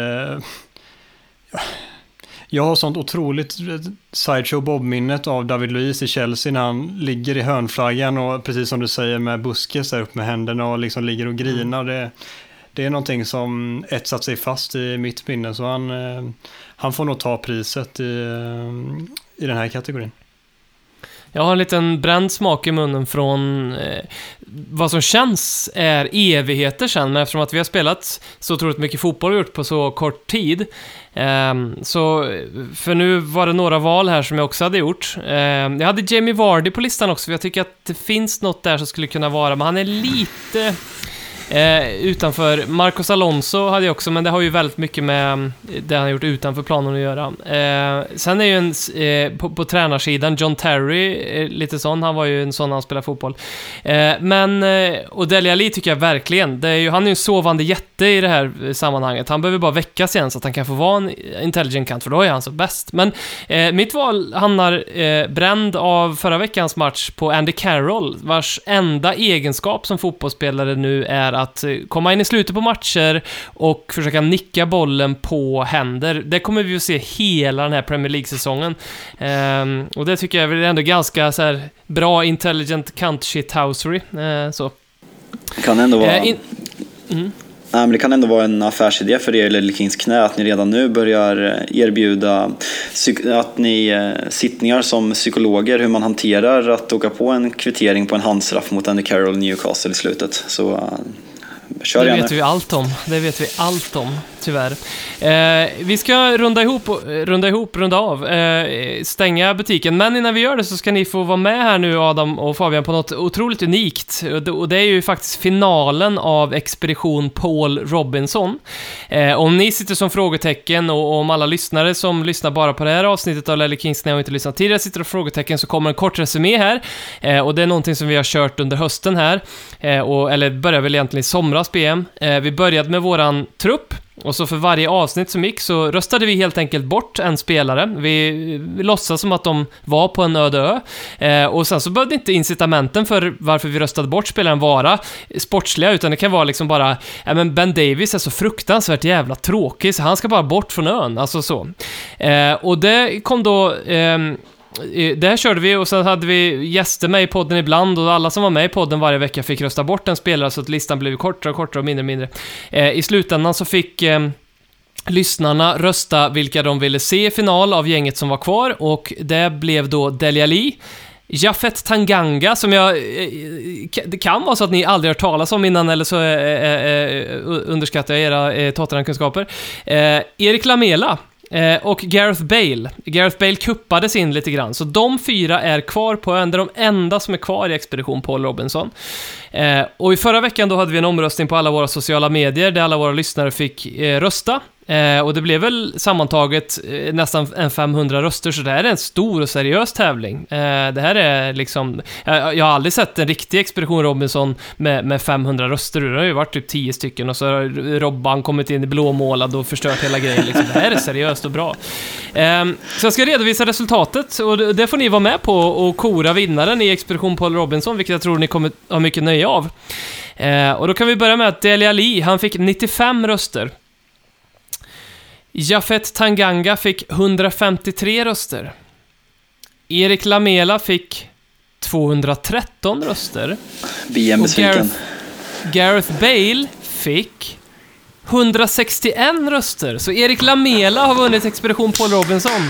eh, jag har sånt otroligt sideshow Bob-minnet av David Luiz i Chelsea när han ligger i hörnflaggan och precis som du säger med Busquets där upp med händerna och liksom ligger och grinar. Det, det är någonting som etsat sig fast i mitt minne, så han, eh, han får nog ta priset i, i den här kategorin. Jag har en liten bränd smak i munnen från eh, vad som känns är evigheter sedan, men eftersom att vi har spelat så otroligt mycket fotboll och gjort på så kort tid, eh, så för nu var det några val här som jag också hade gjort. Eh, jag hade Jamie Vardy på listan också, för jag tycker att det finns något där som skulle kunna vara, men han är lite... Eh, utanför. Marcos Alonso hade jag också, men det har ju väldigt mycket med det han har gjort utanför planen att göra. Eh, sen är ju en eh, på, på tränarsidan John Terry eh, lite sån, han var ju en sån när han spelar fotboll. Eh, men eh, och Dele Alli tycker jag verkligen, det är ju, han är ju en sovande jätte i det här sammanhanget. Han behöver bara väckas igen så att han kan få vara en intelligent kant, för då är han så bäst. Men eh, mitt val hamnar eh, bränd av förra veckans match på Andy Carroll, vars enda egenskap som fotbollsspelare nu är att komma in i slutet på matcher och försöka nicka bollen på händer. Det kommer vi att se hela den här Premier League-säsongen. Um, och det tycker jag är ändå ganska så här, bra intelligent cunt shithousery. Uh, så. Kan ändå vara, uh, in- Nej, men det kan ändå vara en affärsidé för er Ledley Kings knä att ni redan nu börjar erbjuda psyk- att ni sittningar som psykologer, hur man hanterar att åka på en kvittering på en handstraff mot Andy Carroll Newcastle i slutet. Så uh, kör det gärna. vet vi allt om. Det vet vi allt om, tyvärr. Eh, vi ska runda ihop, runda ihop, runda av, eh, stänga butiken. Men innan vi gör det så ska ni få vara med här nu, Adam och Fabian, på något otroligt unikt. Och det är ju faktiskt finalen av Expedition Paul Robinson. Eh, om ni sitter som frågetecken och om alla lyssnare som lyssnar bara på det här avsnittet av Ledley Kings när jag inte lyssnat tidigare sitter och frågetecken, så kommer en kort resumé här. Eh, och det är någonting som vi har kört under hösten här. Eh, och, eller börjar väl egentligen i somras B M. Eh, vi började med våran trupp. Och så för varje avsnitt som gick så röstade vi helt enkelt bort en spelare. Vi, vi låtsades som att de var på en öde ö. Eh, och sen så behövde inte incitamenten för varför vi röstade bort spelaren vara sportsliga, utan det kan vara liksom bara, ja, men Ben Davies är så fruktansvärt jävla tråkig så han ska bara bort från ön. Alltså så. Eh, och det kom då... Eh, Det här körde vi och sen hade vi gäster med i podden ibland och alla som var med i podden varje vecka fick rösta bort en spelare så att listan blev kortare och kortare och mindre och mindre. Eh, I slutändan så fick eh, lyssnarna rösta vilka de ville se i final av gänget som var kvar, och det blev då Dele Alli, Japhet Tanganga, som jag... Det kan vara så att ni aldrig har talat om innan, eller så eh, eh, underskattar jag era eh, Tottenham-kunskaper. Eh, Erik Lamela Eh, och Gareth Bale. Gareth Bale kuppades in lite grann. Så de fyra är kvar på ön. Det är de enda som är kvar i Expedition Paul Robinson. Eh, och i förra veckan då hade vi en omröstning på alla våra sociala medier där alla våra lyssnare fick eh, rösta. Eh, och det blev väl sammantaget eh, nästan en femhundra röster, så det här är en stor och seriös tävling. Eh, det här är liksom... Jag, jag har aldrig sett en riktig Expedition Robinson med, med femhundra röster. Det har ju varit typ tio stycken och så har Robban kommit in i blåmålad och förstört hela grejen. Liksom. Det här är seriöst och bra. Eh, så jag ska redovisa resultatet och det, det får ni vara med på och kora vinnaren i Expedition Paul Robinson, vilket jag tror ni kommer ha mycket nöje av. Eh, och då kan vi börja med att Dele Alli, han fick nittiofem röster. Japhet Tanganga fick hundrafemtiotre röster. Erik Lamela fick tvåhundratretton röster. B M besviken. Gareth, Gareth Bale fick hundrasextioen röster. Så Erik Lamela har vunnit Expedition Paul Robinson.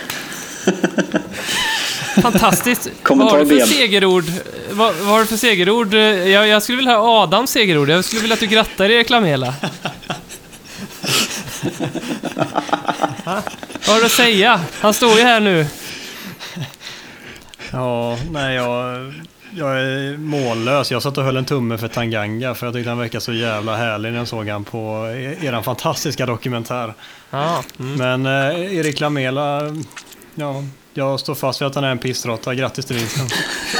Fantastiskt. Vad har du för segerord? Vad, vad har du för segerord? Jag, jag skulle vilja ha Adams segerord. Jag skulle vilja att du grattar Erik Lamela. Vad har du att säga? Han står ju här nu. Ja, nej, jag, jag är mållös. Jag satt och höll en tumme för Tanganga för jag tyckte han verkade så jävla härlig när jag såg han på eran fantastiska dokumentär. Ah, mm. Men eh, Erik Lamela, ja, jag står fast vid att han är en pissrotta. Grattis till vinsten.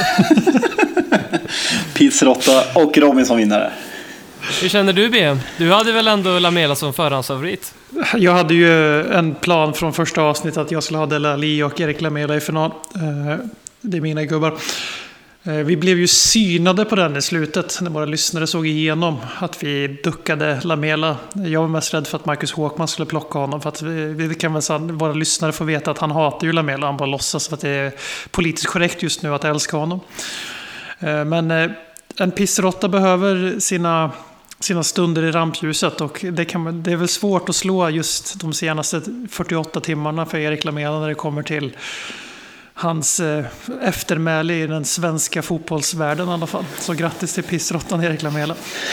Pissrotta och Robinson-vinnare. Hur känner du, B M? Du hade väl ändå Lamela som förhandsfavorit? Jag hade ju en plan från första avsnittet att jag skulle ha Dele Alli och Erik Lamela i final. Det är mina gubbar. Vi blev ju synade på den i slutet när våra lyssnare såg igenom att vi duckade Lamela. Jag var mest rädd för att Marcus Håkman skulle plocka honom, för att vi, vi kan väl säga, våra lyssnare får veta att han hatar ju Lamela. Han bara låtsas för att det är politiskt korrekt just nu att älska honom. Men en pissrotta behöver sina... sina stunder i rampljuset, och det, kan, det är väl svårt att slå just de senaste fyrtioåtta timmarna för Erik Lamela när det kommer till hans eh, eftermäle i den svenska fotbollsvärlden i alla fall. Så grattis till pissrottan Erik Lamela.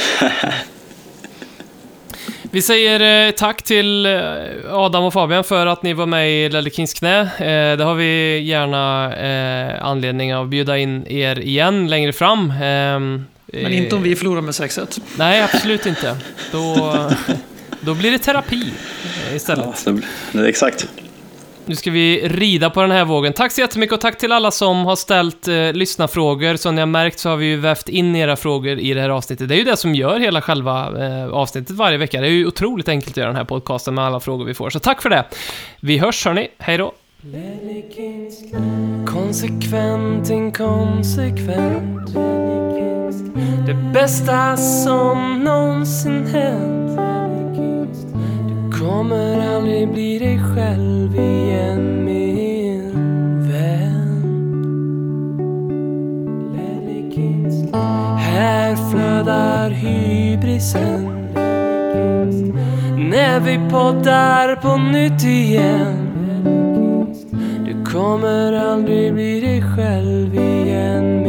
Vi säger eh, tack till eh, Adam och Fabian för att ni var med i Ledley Kings knä. Eh, det har vi gärna eh, anledning att bjuda in er igen längre fram. Eh, Men inte om vi förlorar med sex ett. Nej, absolut inte. Då, då blir det terapi istället. Ja, det är exakt. Nu ska vi rida på den här vågen. Tack så jättemycket och tack till alla som har ställt eh, lyssnarfrågor. Som ni har märkt så har vi ju vävt in era frågor i det här avsnittet. Det är ju det som gör hela själva eh, avsnittet varje vecka. Det är ju otroligt enkelt att göra den här podcasten med alla frågor vi får. Så tack för det. Vi hörs, hörni. Hej då. Konsekvent, inkonsekvent. Det bästa som någonsin hänt. Du kommer aldrig bli dig själv igen, min vän. Här flödar hybrisen. när vi poddar på nytt igen. Du kommer aldrig bli dig själv igen.